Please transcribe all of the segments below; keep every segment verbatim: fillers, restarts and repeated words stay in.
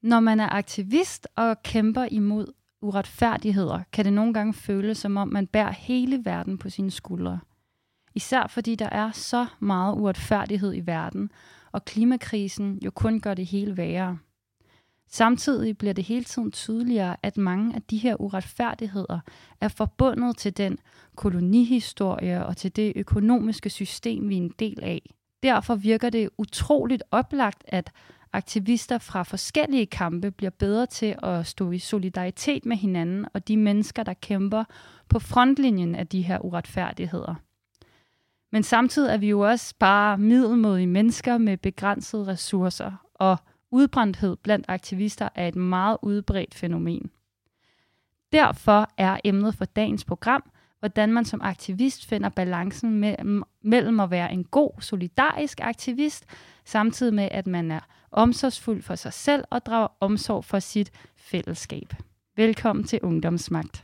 Når man er aktivist og kæmper imod uretfærdigheder, kan det nogle gange føles, som om man bærer hele verden på sine skuldre. Især fordi der er så meget uretfærdighed i verden, og klimakrisen jo kun gør det hele værre. Samtidig bliver det hele tiden tydeligere, at mange af de her uretfærdigheder er forbundet til den kolonihistorie og til det økonomiske system, vi er en del af. Derfor virker det utroligt oplagt, at aktivister fra forskellige kampe bliver bedre til at stå i solidaritet med hinanden og de mennesker, der kæmper på frontlinjen af de her uretfærdigheder. Men samtidig er vi jo også bare middelmådige mennesker med begrænsede ressourcer, og udbrændthed blandt aktivister er et meget udbredt fænomen. Derfor er emnet for dagens program, hvordan man som aktivist finder balancen mellem, mellem at være en god, solidarisk aktivist, samtidig med, at man er omsorgsfuld for sig selv og drager omsorg for sit fællesskab. Velkommen til Ungdomsmagt.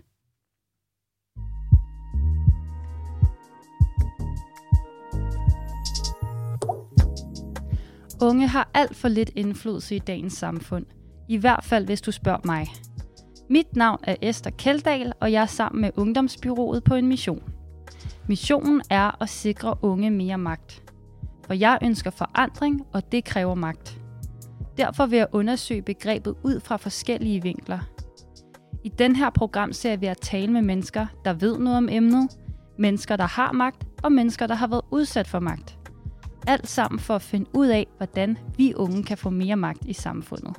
Unge har alt for lidt indflydelse i dagens samfund. I hvert fald, hvis du spørger mig. Mit navn er Esther Kjeldahl, og jeg er sammen med Ungdomsbyrået på en mission. Missionen er at sikre unge mere magt. For jeg ønsker forandring, og det kræver magt. Derfor vil jeg undersøge begrebet ud fra forskellige vinkler. I den her program ser vi at tale med mennesker, der ved noget om emnet, mennesker, der har magt, og mennesker, der har været udsat for magt. Alt sammen for at finde ud af, hvordan vi unge kan få mere magt i samfundet.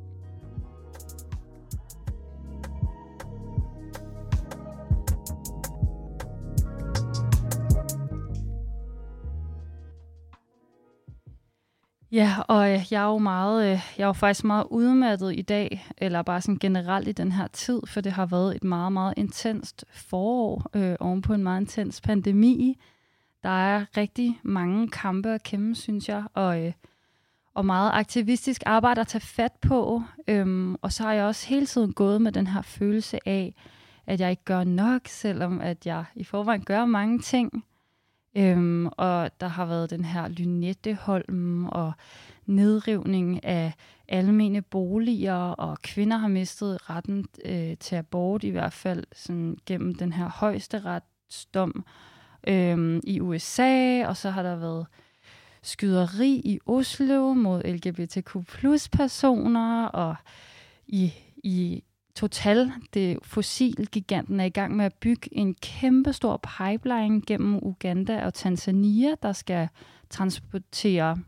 Ja, og jeg er jo meget, jeg er jo faktisk meget udmattet i dag, eller bare sådan generelt i den her tid, for det har været et meget, meget intenst forår øh, oven på en meget intens pandemi. Der er rigtig mange kampe at kæmpe, synes jeg, og, øh, og meget aktivistisk arbejde at tage fat på. Øhm, og så har jeg også hele tiden gået med den her følelse af, at jeg ikke gør nok, selvom at jeg i forvejen gør mange ting. Øhm, og der har været den her Lynetteholm og nedrivning af almene boliger, og kvinder har mistet retten øh, til abort, i hvert fald sådan, gennem den her højesteretsdom øhm, i U S A, og så har der været skyderi i Oslo mod L G B T Q plus personer, og i, i Total, det fossilgiganten, er i gang med at bygge en kæmpestor pipeline gennem Uganda og Tanzania, der skal transportere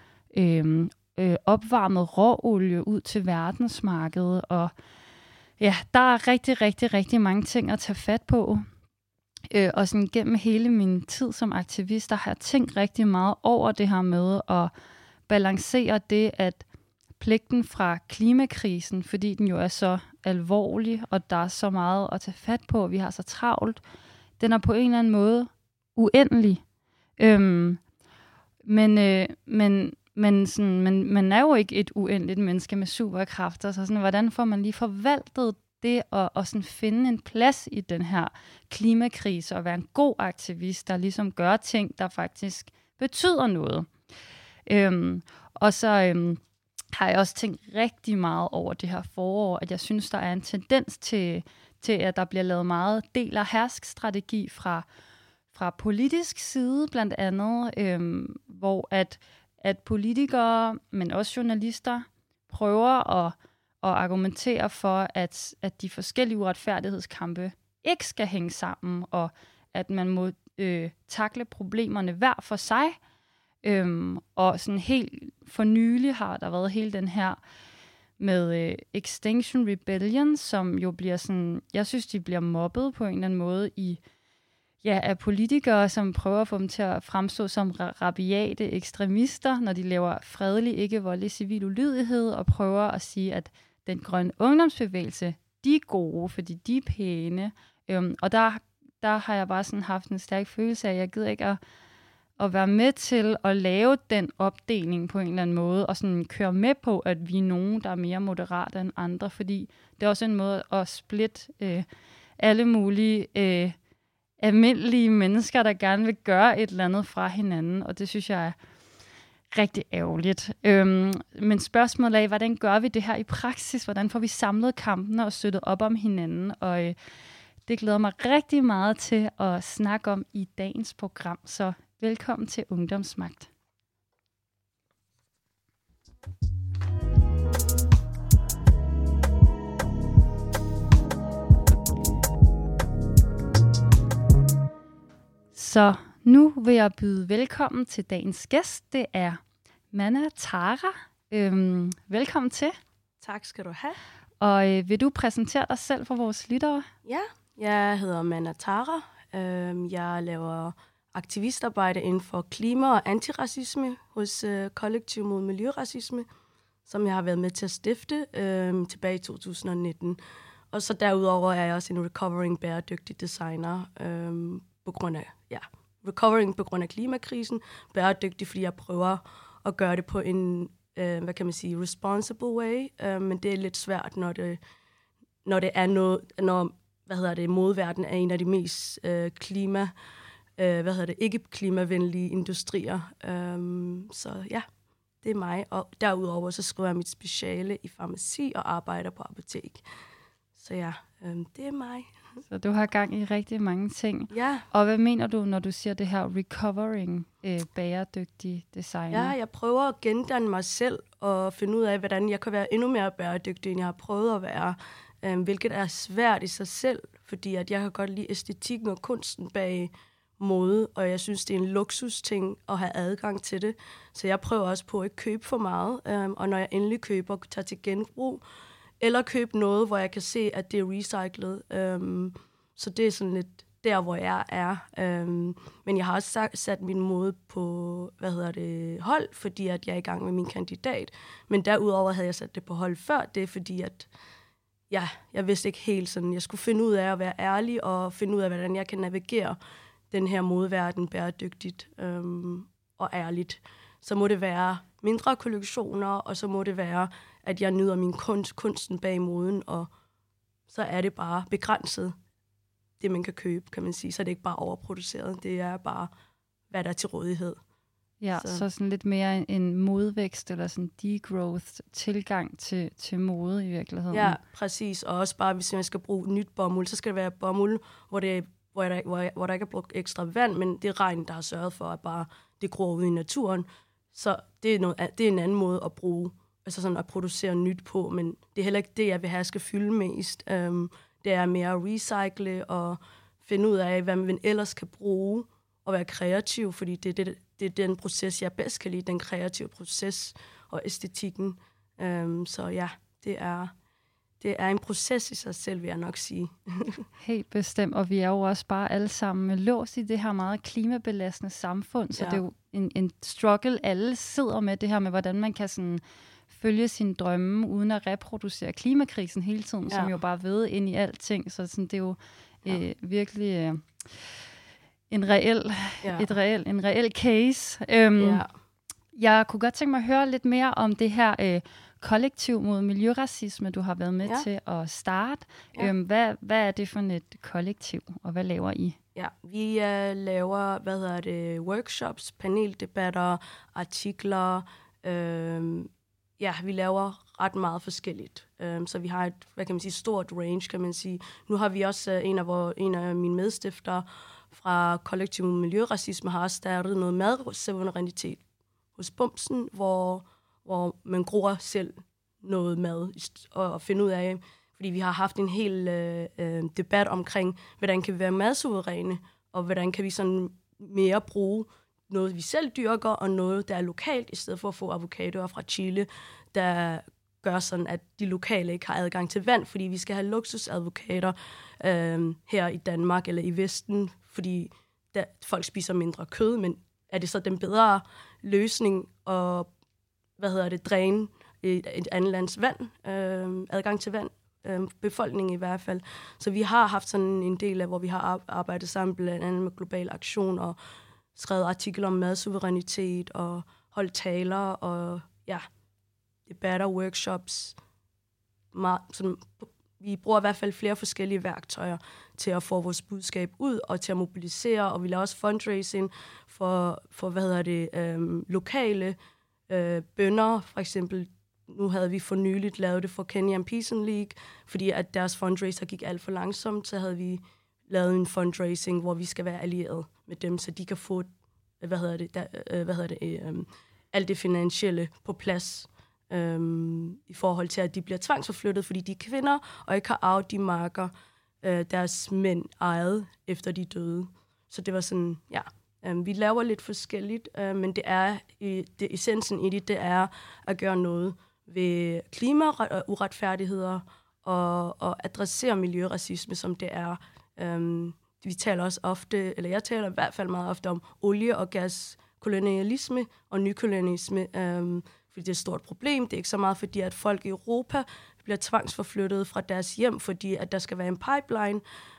øh, øh, opvarmet råolie ud til verdensmarkedet. Og ja, der er rigtig, rigtig, rigtig mange ting at tage fat på. Øh, og sådan gennem hele min tid som aktivist, der har jeg tænkt rigtig meget over det her med at balancere det, at pligten fra klimakrisen, fordi den jo er så alvorlig, og der er så meget at tage fat på, og vi har så travlt, den er på en eller anden måde uendelig. Øhm, men, øh, men, men sådan, man, man er jo ikke et uendeligt menneske med superkræfter, så sådan, hvordan får man lige forvaltet det at, at sådan finde en plads i den her klimakrise, og være en god aktivist, der ligesom gør ting, der faktisk betyder noget. Øhm, og så øhm, har jeg også tænkt rigtig meget over det her forår, at jeg synes, der er en tendens til, til at der bliver lavet meget del- og hersk-strategi fra, fra politisk side, blandt andet, øhm, hvor at, at politikere, men også journalister, prøver at, at argumentere for, at, at de forskellige uretfærdighedskampe ikke skal hænge sammen, og at man må øh, takle problemerne hver for sig. Øhm, og sådan helt for nylig har der været hele den her med øh, Extinction Rebellion, som jo bliver sådan, jeg synes, de bliver mobbet på en eller anden måde i, ja, af politikere, som prøver at få dem til at fremstå som rabiate ekstremister, når de laver fredelig, ikke voldelig civil ulydighed, og prøver at sige, at den grønne ungdomsbevægelse, de er gode, fordi de er pæne. Øhm, og der, der har jeg bare sådan haft en stærk følelse af, at jeg gider ikke at at være med til at lave den opdeling på en eller anden måde, og sådan køre med på, at vi er nogen, der er mere moderate end andre, fordi det er også en måde at splitte øh, alle mulige øh, almindelige mennesker, der gerne vil gøre et eller andet fra hinanden, og det synes jeg er rigtig ærgerligt. Øhm, men spørgsmålet er, hvordan gør vi det her i praksis? Hvordan får vi samlet kampene og støttet op om hinanden? Og øh, det glæder mig rigtig meget til at snakke om i dagens program. Så velkommen til Ungdomsmagt. Så nu vil jeg byde velkommen til dagens gæst. Det er Manna Tara. Øhm, velkommen til. Tak skal du have. Og øh, vil du præsentere dig selv for vores lyttere? Ja, jeg hedder Manna Tara. Øhm, jeg laver aktivistarbejde inden for klima og antiracisme hos øh, Kollektiv mod Miljøracisme, som jeg har været med til at stifte øh, tilbage i to tusind nitten. Og så derudover er jeg også en recovering bæredygtig designer øh, på grund af, ja, recovering på grund af klimakrisen. Bæredygtig, fordi jeg prøver at gøre det på en, øh, hvad kan man sige, responsible way. Øh, men det er lidt svært, når det, når det er noget, når, hvad hedder det, modverden er en af de mest øh, klima, øh, hvad hedder det, ikke klimavenlige industrier. Øh, så ja. Det er mig, og derudover så skriver jeg mit speciale i farmaci og arbejder på apotek. Så ja, øhm, det er mig. Så du har gang i rigtig mange ting. Ja. Og hvad mener du, når du siger det her recovering øh, bæredygtig designer? Ja, jeg prøver at gendanne mig selv og finde ud af, hvordan jeg kan være endnu mere bæredygtig, end jeg har prøvet at være. Øhm, hvilket er svært i sig selv, fordi at jeg kan godt lide æstetikken og kunsten bag mode, og jeg synes, det er en luksusting at have adgang til det. Så jeg prøver også på at ikke købe for meget, øhm, og når jeg endelig køber, tager til genbrug, eller købe noget, hvor jeg kan se, at det er recyclet. Øhm, så det er sådan lidt der, hvor jeg er. Øhm, men jeg har også sat, sat min mode på, hvad hedder det, hold, fordi at jeg er i gang med min kandidat. Men derudover havde jeg sat det på hold før det, fordi at ja, jeg vidste ikke helt sådan, jeg skulle finde ud af at være ærlig, og finde ud af, hvordan jeg kan navigere den her modeverden bæredygtigt øhm, og ærligt. Så må det være mindre kollektioner, og så må det være, at jeg nyder min kunst, kunsten bag moden, og så er det bare begrænset, det man kan købe, kan man sige. Så er det ikke bare overproduceret, det er bare, hvad der er til rådighed. Ja, så, så sådan lidt mere en modvækst, eller sådan degrowth tilgang til, til mode i virkeligheden. Ja, præcis. Og også bare, hvis man skal bruge nyt bomuld, så skal det være bomuld, hvor det er Hvor der, hvor, hvor der ikke er brugt ekstra vand, men det er regn, der har sørget for, at bare det gror ud i naturen. Så det er, noget, det er en anden måde at bruge, altså sådan at producere nyt på, men det er heller ikke det, jeg vil have, skal fylde mest. Um, det er mere at recycle og finde ud af, hvad man ellers kan bruge og være kreativ, fordi det er, det, det er den proces, jeg bedst kan lide, den kreative proces og æstetikken. Um, så ja, det er... Det er en proces i sig selv, vil jeg nok sige. Helt bestemt, og vi er jo også bare alle sammen låst i det her meget klimabelastende samfund, så ja. Det er jo en, en struggle, alle sidder med det her med, hvordan man kan sådan følge sine drømme, uden at reproducere klimakrisen hele tiden, ja. Som jo bare ved ind i alting, så sådan, det er jo ja. øh, virkelig øh, en reel, ja. et reel, en reel case. Øhm, ja. Jeg kunne godt tænke mig at høre lidt mere om det her øh, Kollektiv mod Miljøracisme, du har været med ja. Til at starte. Ja. Øhm, hvad, hvad er det for et kollektiv, og hvad laver I? Ja, vi uh, laver, hvad hedder det, workshops, paneldebatter, artikler. Øh, ja, vi laver ret meget forskelligt. Øh, så vi har et, hvad kan man sige, stort range, kan man sige. Nu har vi også uh, en af vores, en af mine medstiftere fra Kollektiv mod Miljøracisme har også startet noget madsuverænitet hos Bumsen, hvor hvor man gror selv noget mad og, og finde ud af, fordi vi har haft en hel øh, øh, debat omkring, hvordan kan vi være madsuveræne, og hvordan kan vi sådan mere bruge noget, vi selv dyrker, og noget, der er lokalt, i stedet for at få avocadoer fra Chile, der gør sådan, at de lokale ikke har adgang til vand, fordi vi skal have luksusavocadoer øh, her i Danmark eller i Vesten, fordi der, folk spiser mindre kød, men er det så den bedre løsning at hvad hedder det, dræne et, et andet lands vand, øh, adgang til vand, øh, befolkningen i hvert fald. Så vi har haft sådan en del af, hvor vi har arbejdet sammen blandt andet med Global Aktion og skrevet artikler om madsuverænitet og holdt taler og ja, debatter, workshops. Meget, sådan, vi bruger i hvert fald flere forskellige værktøjer til at få vores budskab ud og til at mobilisere, og vi laver også fundraising for, for hvad hedder det, øh, lokale øh, bønder, for eksempel. Nu havde vi for nyligt lavet det for Kenyan Peace League, fordi at deres fundraiser gik alt for langsomt, så havde vi lavet en fundraising, hvor vi skal være allieret med dem, så de kan få, hvad hedder det, der, øh, hvad hedder det, øh, alt det finansielle på plads, øh, i forhold til, at de bliver tvangsforflyttet, fordi de er kvinder, og ikke har arvet de marker, øh, deres mænd ejede, efter de døde. Så det var sådan, ja, øh, vi laver lidt forskelligt, øh, men det er, det, essensen i det, det er at gøre noget ved klimauretfærdigheder og, og adressere miljøracisme, som det er. Um, vi taler også ofte, eller jeg taler i hvert fald meget ofte om olie- og gaskolonialisme og nykolonialisme, um, fordi det er et stort problem. Det er ikke så meget fordi, at folk i Europa bliver tvangsforflyttet fra deres hjem, fordi at der skal være en pipeline.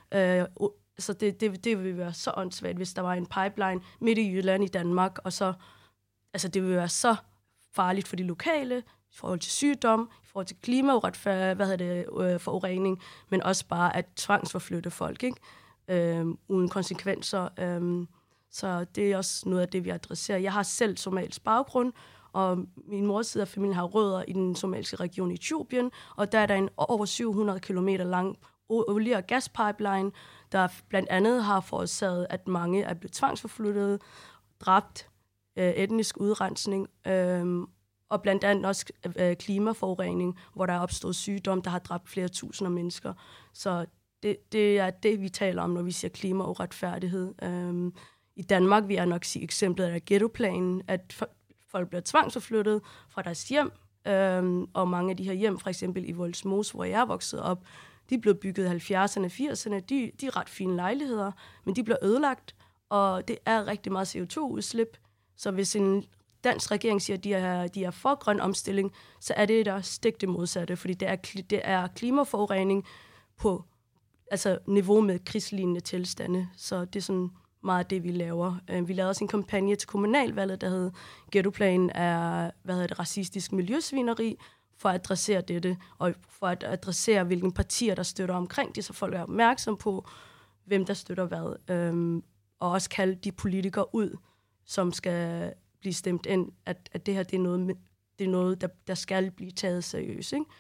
Uh, så det, det, det vil være så åndssvagt, hvis der var en pipeline midt i Jylland i Danmark, og så, altså det vil være så farligt for de lokale, i forhold til sygdom, i forhold til klimauretfærdighed, hvad hedder det, øh, forurening, men også bare at tvangsforflytte folk, ikke? Øh, uden konsekvenser. Øh, så det er også noget af det, vi adresserer. Jeg har selv somalisk baggrund, og min mors side af familien har rødder i den somaliske region i Etiopien, og der er der en over syv hundrede kilometer lang olie- og gaspipeline, der blandt andet har forårsaget, at mange er blevet tvangsforflyttet, dræbt, øh, etnisk udrensning, øh, og blandt andet også øh, klimaforurening, hvor der er opstået sygdom, der har dræbt flere tusinder mennesker. Så det, det er det, vi taler om, når vi siger klimauretfærdighed. Øhm, I Danmark vil jeg nok sige eksemplet af ghettoplanen, at folk bliver tvangsforflyttet fra deres hjem, øhm, og mange af de her hjem, for eksempel i Vollsmose, hvor jeg er vokset op, de blev bygget i halvfjerdserne og firserne, de, de er ret fine lejligheder, men de bliver ødelagt, og det er rigtig meget C O to udslip, så hvis en dansk regering siger, at de er, de er for grøn omstilling, så er det der stik det modsatte, fordi det er, det er klimaforurening på altså niveau med krigslignende tilstande. Så det er sådan meget det, vi laver. Vi lavede også en kampagne til kommunalvalget, der hed Ghettoplanen er, hvad hedder det, racistisk miljøsvineri, for at adressere dette, og for at adressere, hvilke partier, der støtter omkring det, så folk er opmærksom på, hvem der støtter hvad. Øhm, og også kalde de politikere ud, som skal blive stemt ind, at, at det her det er noget, det er noget der, der skal blive taget seriøst. Ikke?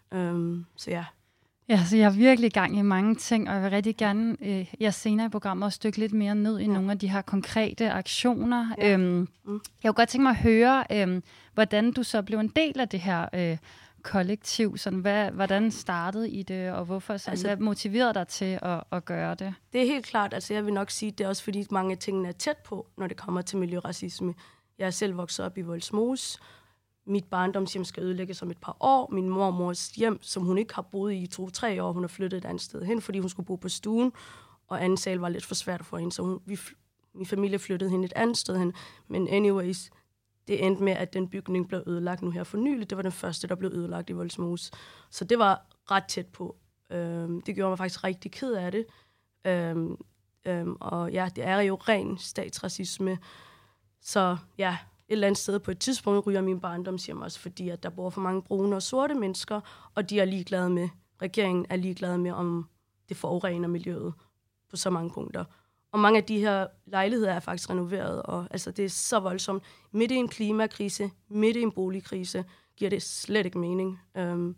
Um, så ja. Ja, så jeg er virkelig i gang i mange ting, og jeg vil rigtig gerne, øh, jeg senere i programmet, også dykke lidt mere ned i ja. nogle af de her konkrete aktioner. Ja. Øhm, mm. Jeg kunne godt tænke mig at høre, øh, hvordan du så blev en del af det her øh, kollektiv. Sådan, hvad, hvordan startede I det, og hvorfor? Sådan, altså, hvad motiverede dig til at, at gøre det? Det er helt klart, altså jeg vil nok sige, det er også fordi mange af tingene er tæt på, når det kommer til miljøracisme. Jeg er selv vokset op i Vollsmose. Mit barndomshjem skal ødelægges om et par år. Min mormors hjem, som hun ikke har boet i to-tre år, hun har flyttet et andet sted hen, fordi hun skulle bo på stuen, og anden sal var lidt for svært for hende, så hun, vi, min familie flyttede hende et andet sted hen. Men anyways, det endte med, at den bygning blev ødelagt nu her for nylig. Det var den første, der blev ødelagt i Vollsmose. Så det var ret tæt på. Øhm, det gjorde mig faktisk rigtig ked af det. Øhm, øhm, og ja, det er jo ren statsracisme. Så ja, et eller andet sted på et tidspunkt ryger min barndomshjem også, fordi at der bor for mange brune og sorte mennesker, og de er ligeglade med, regeringen er ligeglade med, om det forurener miljøet på så mange punkter. Og mange af de her lejligheder er faktisk renoveret, og altså, det er så voldsomt. Midt i en klimakrise, midt i en boligkrise, giver det slet ikke mening. Um,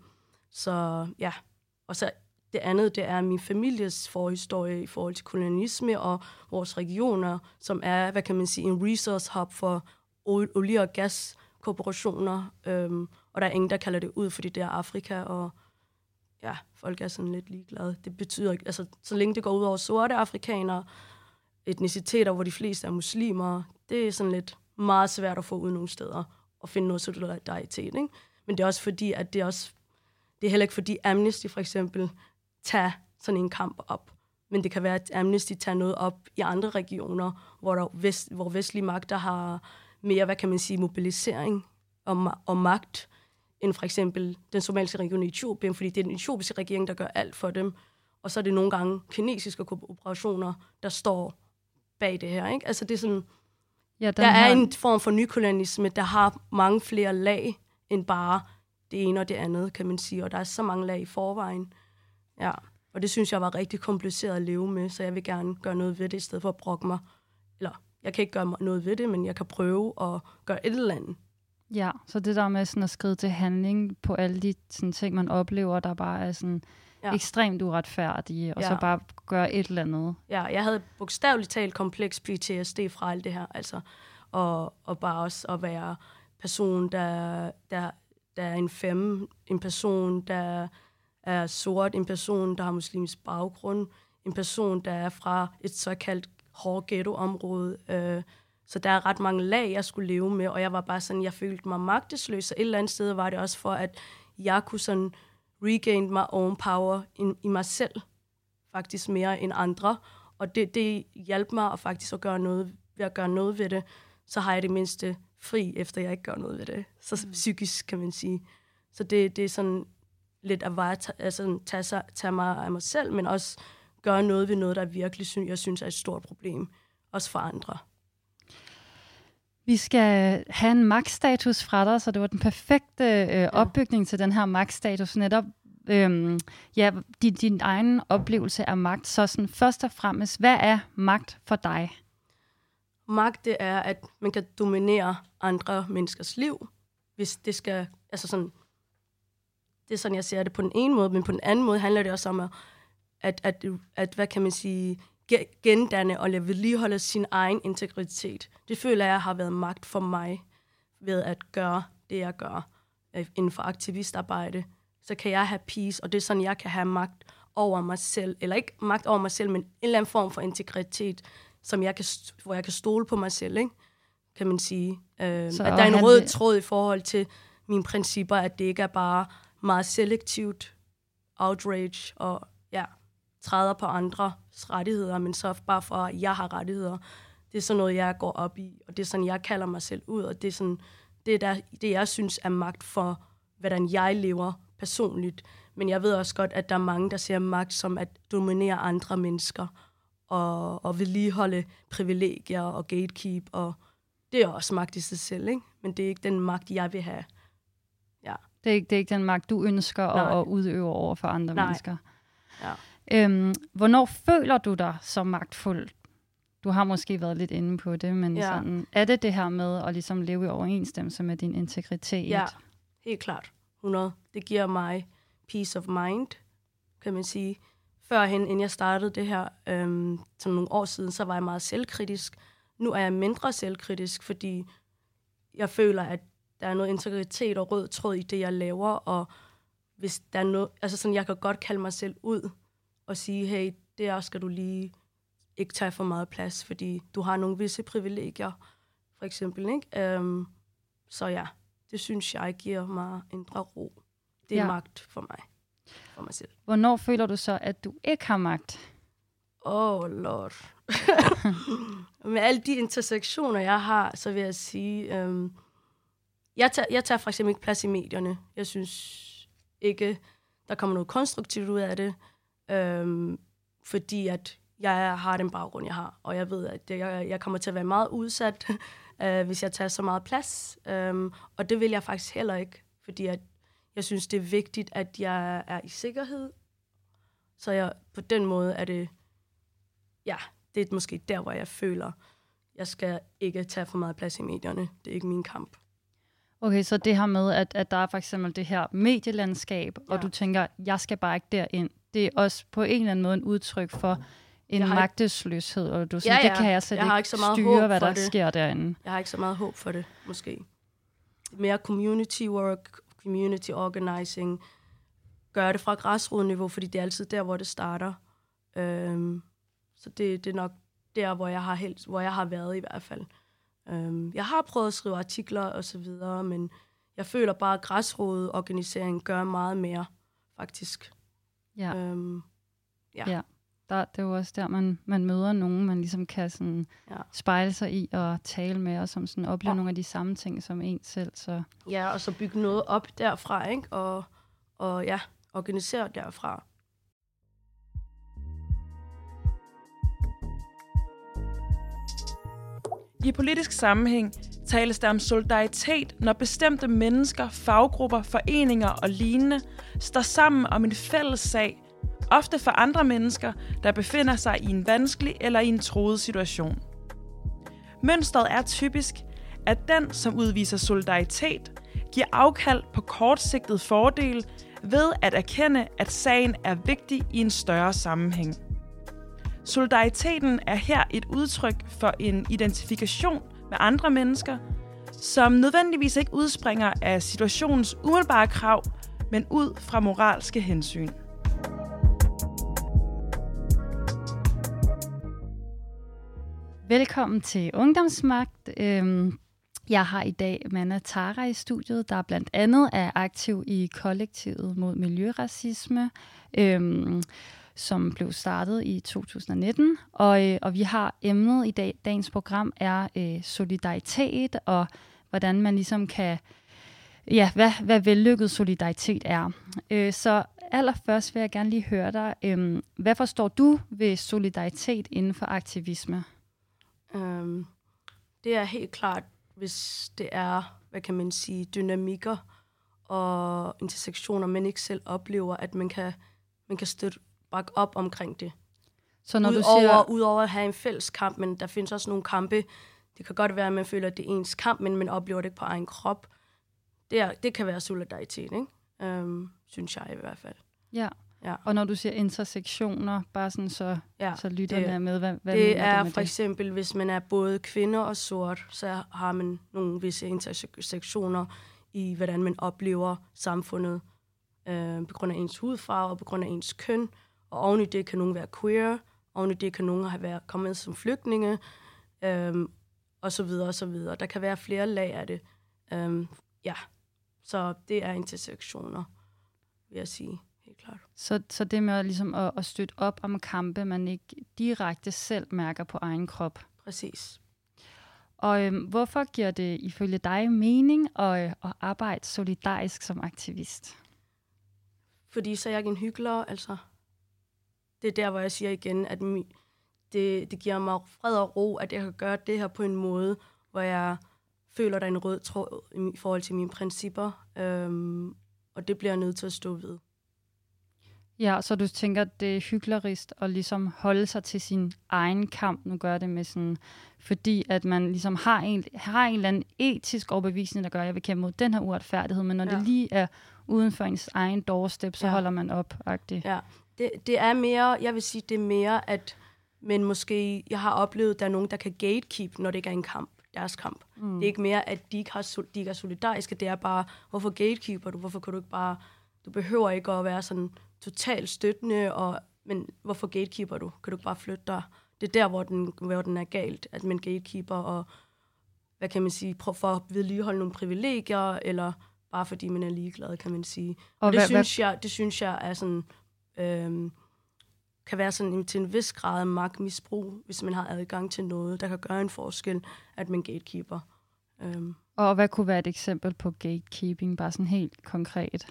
så ja, og så det andet, det er min families forhistorie i forhold til kolonialisme og vores regioner, som er, hvad kan man sige, en resource hub for olie- og gaskorporationer. Um, og der er ingen, der kalder det ud, fordi det er Afrika, og ja, folk er sådan lidt ligeglade. Det betyder ikke, altså så længe det går ud over sorte afrikanere, etniciteter, hvor de fleste er muslimer, det er sådan lidt meget svært at få ud nogle steder og finde noget solidaritet, ikke? Men det er også fordi, at det er også, det er heller ikke fordi Amnesty for eksempel tager sådan en kamp op. Men det kan være, at Amnesty tager noget op i andre regioner, hvor, der vest, hvor vestlige magter har mere, hvad kan man sige, mobilisering og, og magt, end for eksempel den somaliske region i Etiopien, fordi det er den etiopiske regering, der gør alt for dem. Og så er det nogle gange kinesiske operationer, der står bag det her, ikke? Altså det er sådan, ja, der her... er en form for nykolonialisme, der har mange flere lag, end bare det ene og det andet, kan man sige. Og der er så mange lag i forvejen. Ja, og det synes jeg var rigtig kompliceret at leve med, så jeg vil gerne gøre noget ved det, i stedet for at brokke mig. Eller, jeg kan ikke gøre noget ved det, men jeg kan prøve at gøre et eller andet Ja, så det der med sådan at skride til handling på alle de sådan, ting, man oplever, der bare er sådan ja. ekstremt uretfærdige, og ja. så bare gøre et eller andet. Ja, jeg havde bogstaveligt talt kompleks P T S D fra alt det her, altså, og, og bare også at være person, der, der, der er en femme, en person, der er sort, en person, der har muslimsk baggrund, en person, der er fra et såkaldt hårdt ghetto-område. Øh, så der er ret mange lag, jeg skulle leve med, og jeg var bare sådan, jeg følte mig magtesløs, og et eller andet sted var det også for, at jeg kunne sådan regain my own power i, i mig selv, faktisk mere end andre, og det, det hjalp mig at faktisk at gøre noget, ved at gøre noget ved det, så har jeg det mindste fri, efter jeg ikke gør noget ved det. Så mm. psykisk, kan man sige. Så det, det er sådan lidt at vare, altså, tage, sig, tage mig af mig selv, men også gøre noget ved noget, der virkelig synes, jeg synes er et stort problem, også for andre. Vi skal have en magtstatus fra dig, så det var den perfekte øh, opbygning ja. til den her magtstatus. Netop øhm, ja, din, din egen oplevelse af magt. Så sådan, først og fremmest, hvad er magt for dig? Magt, det er, at man kan dominere andre menneskers liv, hvis det skal, altså sådan, det er sådan, jeg ser det på den ene måde, men på den anden måde handler det også om, at, at, at, at hvad kan man sige, gendanne og vedligeholde sin egen integritet. Det føler jeg har været magt for mig, ved at gøre det, jeg gør inden for aktivistarbejde. Så kan jeg have peace, og det er sådan, jeg kan have magt over mig selv, eller ikke magt over mig selv, men en eller anden form for integritet, som jeg kan, hvor jeg kan stole på mig selv, ikke? Kan man sige. Øh, at der er en rød tråd i forhold til mine principper, at det ikke er bare meget selektivt outrage og ja, træder på andres rettigheder, men så bare for, at jeg har rettigheder. Det er sådan noget, jeg går op i, og det er sådan, jeg kalder mig selv ud, og det er sådan, det er der, det jeg synes er magt for, hvordan jeg lever personligt. Men jeg ved også godt, at der er mange, der ser magt som at dominere andre mennesker, og, og vedligeholde privilegier og gatekeep, og det er også magt i sig selv, ikke? Men det er ikke den magt, jeg vil have. Ja. Det er ikke, det er ikke den magt, du ønsker at, at udøve over for andre Nej. mennesker. Ja. Øhm, hvornår føler du dig så magtfuld? Du har måske været lidt inde på det, men ja. sådan, er det det her med at ligesom leve i overensstemmelse med din integritet? Ja, helt klart. hundrede. Det giver mig peace of mind, kan man sige. Førhen, inden jeg startede det her, øhm, som nogle år siden, så var jeg meget selvkritisk. Nu er jeg mindre selvkritisk, fordi jeg føler, at der er noget integritet og rød tråd i det, jeg laver, og hvis der er noget, altså sådan, jeg kan godt kalde mig selv ud og sige, hey, der skal du lige ikke tage for meget plads, fordi du har nogle visse privilegier, for eksempel, ikke? Um, så ja, det synes jeg giver mig indre ro. Det er ja. magt for mig, for mig selv. Hvornår føler du så, at du ikke har magt? Åh, oh, lord. Med alle de intersektioner, jeg har, så vil jeg sige, um, jeg, tager, jeg tager for eksempel ikke plads i medierne. Jeg synes ikke, der kommer noget konstruktivt ud af det, um, fordi at jeg har den baggrund, jeg har, og jeg ved, at jeg, jeg kommer til at være meget udsat, uh, hvis jeg tager så meget plads, um, og det vil jeg faktisk heller ikke, fordi at jeg synes, det er vigtigt, at jeg er i sikkerhed, så jeg, på den måde er det, ja, det er måske der, hvor jeg føler, jeg skal ikke tage for meget plads i medierne. Det er ikke min kamp. Okay, så det her med, at, at der er for eksempel det her medielandskab, ja. og du tænker, jeg skal bare ikke derind, det er også på en eller anden måde en udtryk for en magtesløshed, og du siger, ja, ja. det kan jeg slet jeg ikke, ikke så meget styre, hvad der det. sker derinde. Jeg har ikke så meget håb for det, måske. Mere community work, community organizing, gør det fra græsrodniveau, fordi det er altid der, hvor det starter. Øhm, så det, det er nok der, hvor jeg har helst, hvor jeg har været i hvert fald. Øhm, jeg har prøvet at skrive artikler og så videre, men jeg føler bare, at græsrodorganisering gør meget mere, faktisk. Ja. Øhm, ja. ja. Der, det er jo også der, man, man møder nogen, man ligesom kan sådan ja. spejle sig i og tale med, og som sådan oplever ja. nogle af de samme ting som en selv. Så. Ja, og så bygge noget op derfra, ikke? Og, og ja, organisere derfra. I politisk sammenhæng tales der om solidaritet, når bestemte mennesker, faggrupper, foreninger og lignende står sammen om en fælles sag, ofte for andre mennesker, der befinder sig i en vanskelig eller i en truet situation. Mønstret er typisk, at den, som udviser solidaritet, giver afkald på kortsigtet fordel ved at erkende, at sagen er vigtig i en større sammenhæng. Solidariteten er her et udtryk for en identifikation med andre mennesker, som nødvendigvis ikke udspringer af situationens umiddelbare krav, men ud fra moralske hensyn. Velkommen til Ungdomsmagt. Jeg har i dag Manna Tara i studiet, der blandt andet er aktiv i kollektivet mod miljøracisme, som blev startet i to tusind nitten. Og, og vi har emnet i dag, dagens program er solidaritet, og hvordan man ligesom kan, ja, hvad, hvad vellykket solidaritet er. Så allerførst vil jeg gerne lige høre dig, hvad forstår du ved solidaritet inden for aktivisme? Um, det er helt klart, hvis det er, hvad kan man sige, dynamikker og intersektioner, man ikke selv oplever, at man kan, man kan støtte, bakke op omkring det. Så når udover, du siger... Udover at have en fælles kamp, men der findes også nogle kampe. Det kan godt være, at man føler, at det er ens kamp, men man oplever det ikke på egen krop. Det, er, det kan være solidaritet, ikke? Um, synes jeg i hvert fald. Ja. Ja. Og når du siger intersektioner, bare sådan så, ja, så lytterne det, er med, hvad, hvad det mener er du med for det? eksempel, hvis man er både kvinde og sort, så har man nogle visse intersektioner i, hvordan man oplever samfundet øh, på grund af ens hudfarve og på grund af ens køn. Og oven i det kan nogen være queer, oven i det kan nogen have været kommet som flygtninge, øh, og så videre og så videre. Der kan være flere lag af det. Øh, ja, så det er intersektioner, vil jeg sige. Klart. Så, så det med ligesom at, at støtte op om kampe, man ikke direkte selv mærker på egen krop. Præcis. Og øhm, hvorfor giver det ifølge dig mening at, at arbejde solidarisk som aktivist? Fordi så er jeg ikke en hyggelig, altså. Det er der, hvor jeg siger igen, at mi, det, det giver mig fred og ro, at jeg kan gøre det her på en måde, hvor jeg føler, der er en rød tråd i forhold til mine principper. Øhm, og det bliver jeg nødt til at stå ved. Ja, så du tænker, det er hyklerisk at ligesom holde sig til sin egen kamp. Nu gør det med sådan, fordi at man ligesom har en, har en eller anden etisk overbevisning, der gør, at jeg vil kæmpe mod den her uretfærdighed, men når ja. det lige er uden for ens egen doorstep, så ja. holder man op. -agtigt. Ja, det, det er mere, jeg vil sige, det er mere, at men måske, jeg har oplevet, at der er nogen, der kan gatekeep, når det ikke er en kamp, deres kamp. Mm. Det er ikke mere, at de ikke, har, de ikke er solidariske, det er bare, hvorfor gatekeeper du? Hvorfor kan du ikke bare, du behøver ikke at være sådan totalt støttende, og, men hvorfor gatekeeper du? Kan du ikke bare flytte dig? Det er der, hvor den, hvor den er galt, at man gatekeeper, og hvad kan man sige, prøver for at vedligeholde nogle privilegier, eller bare fordi man er ligeglad, kan man sige. Og, og det, hvad, synes hvad? Jeg, det synes jeg er sådan, øhm, kan være sådan til en vis grad af magtmisbrug, hvis man har adgang til noget, der kan gøre en forskel, at man gatekeeper. Øhm. Og hvad kunne være et eksempel på gatekeeping, bare sådan helt konkret?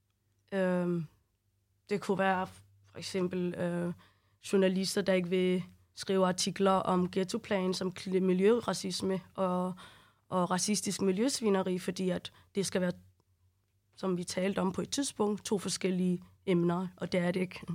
Øhm, det kunne være for eksempel øh, journalister, der ikke vil skrive artikler om ghettoplan, som miljøracisme og, og racistisk miljøsvineri, fordi at det skal være, som vi talte om på et tidspunkt, to forskellige emner, og det er det ikke.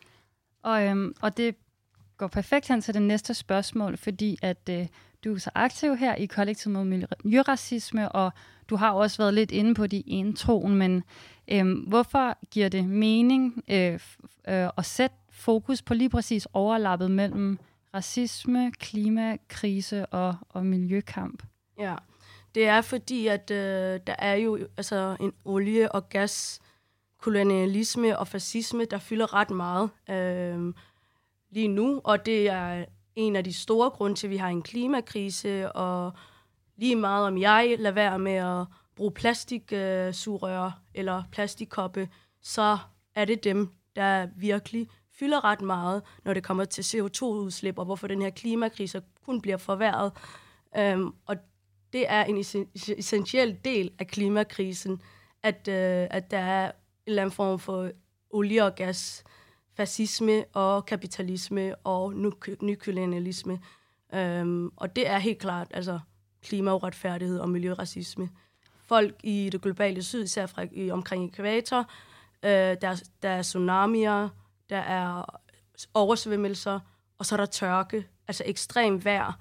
Og, øhm, og det går perfekt hen til det næste spørgsmål, fordi at øh, du er så aktiv her i kollektivet mod miljøracisme, og du har også været lidt inde på de introen, men øh, hvorfor giver det mening øh, øh, at sætte fokus på lige præcis overlappet mellem racisme, klimakrise og, og miljøkamp? Ja, det er fordi, at øh, der er jo altså en olie- og gas kolonialisme og fascisme, der fylder ret meget øh, lige nu, og det er en af de store grunde til, at vi har en klimakrise, og lige meget om jeg lader være med at bruge plastiksugerør øh, eller plastikkoppe, så er det dem, der virkelig fylder ret meget, når det kommer til C O to udslip, og hvorfor den her klimakrise kun bliver forværret. Um, og det er en essentiel del af klimakrisen, at, øh, at der er en eller anden form for olie og gas, fascisme og kapitalisme og nykolonialisme. Um, og det er helt klart altså klimauretfærdighed og miljøracisme. Folk i det globale syd, især fra, i, omkring ekvator, øh, der, der er tsunamier, der er oversvømmelser, og så er der tørke, altså ekstrem vejr.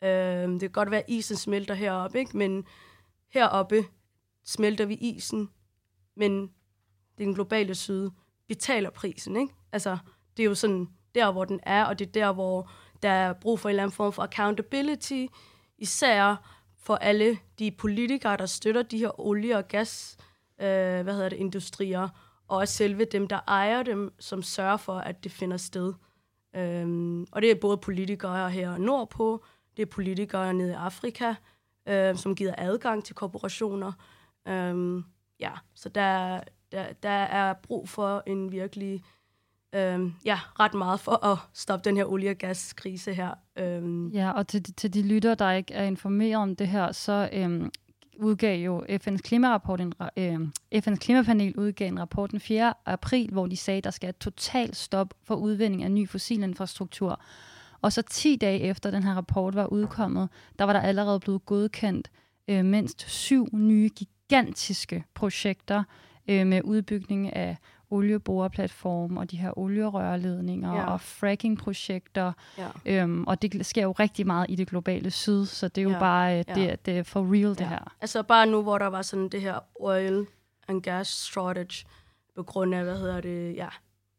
Øh, det kan godt være, at isen smelter heroppe, ikke? Men heroppe smelter vi isen, men den globale syd betaler prisen, ikke? Altså, det er jo sådan der, hvor den er, og det er der, hvor der er brug for en eller anden form for accountability, især for alle de politikere, der støtter de her olie- og gas, øh, hvad hedder det, industrier, og også selve dem, der ejer dem, som sørger for, at det finder sted. Øhm, og det er både politikere her nordpå, det er politikere nede i Afrika, øh, som giver adgang til korporationer. Øhm, ja, så der, der, der er brug for en virkelig, øhm, ja, ret meget for at stoppe den her olie- og gaskrise her. Øhm. Ja, og til, til de lytter, der ikke er informeret om det her, så øhm, udgav jo F N's klimarapport, en, øh, F N's klimapanel udgav en rapport den fjerde april, hvor de sagde, at der skal et totalt stop for udvinding af ny fossil infrastruktur. Og så ti dage efter den her rapport var udkommet, der var der allerede blevet godkendt øh, mindst syv nye gigantiske projekter øh, med udbygning af olieboreplatform og de her olierørledninger ja. og fracking-projekter. Ja. Øhm, og det sker jo rigtig meget i det globale syd, så det er jo ja. bare øh, det, ja. det er for real, det ja. her. Altså bare nu, hvor der var sådan det her oil and gas shortage på grund af, hvad hedder det, ja,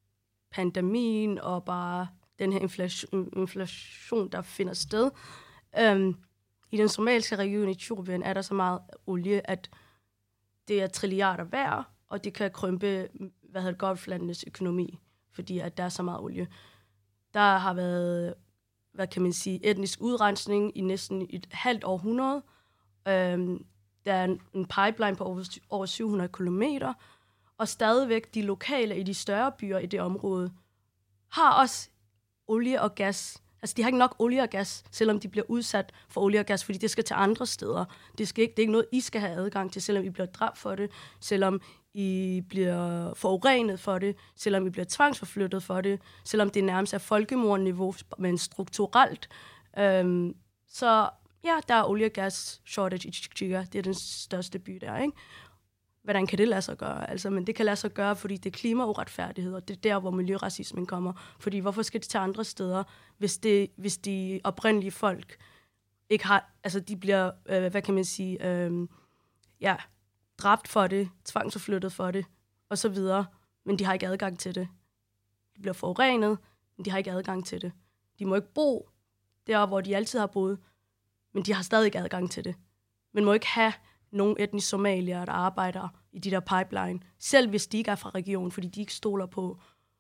pandemien og bare den her inflation, inflation der finder sted. Øhm, I den somaliske region i Etiopien er der så meget olie, at det er trilliarder værd, og det kan krympe, hvad hedder golflandenes økonomi, fordi at der er så meget olie. Der har været, hvad kan man sige, etnisk udrensning i næsten et halvt århundrede. Øhm, der er en pipeline på over, over syv hundrede kilometer, og stadigvæk de lokale i de større byer i det område har også olie og gas. Altså, de har ikke nok olie og gas, selvom de bliver udsat for olie og gas, fordi det skal til andre steder. Det, skal ikke, det er ikke noget, I skal have adgang til, selvom I bliver dræbt for det, selvom I bliver forurenet for det, selvom I bliver tvangsforflyttet for det, selvom det nærmest er folkemordniveau, men strukturelt. Øhm, så ja, der er olie og gas shortage i Chichiga. Det er den største by der, ikke? Hvordan kan det lade sig gøre? Altså, men det kan lade sig gøre, fordi det er klimauretfærdighed, og det er der, hvor miljøracismen kommer. Fordi hvorfor skal det til andre steder, hvis, det, hvis de oprindelige folk ikke har, altså de bliver, øh, hvad kan man sige, øh, ja, dræbt for det, tvangsforflyttet for det, og så videre, men de har ikke adgang til det. De bliver forurenet, men de har ikke adgang til det. De må ikke bo der, hvor de altid har boet, men de har stadig ikke adgang til det. Man må ikke have nogle etniske somalier, der arbejder i de der pipeline, selv hvis de ikke er fra regionen, fordi de ikke stoler på,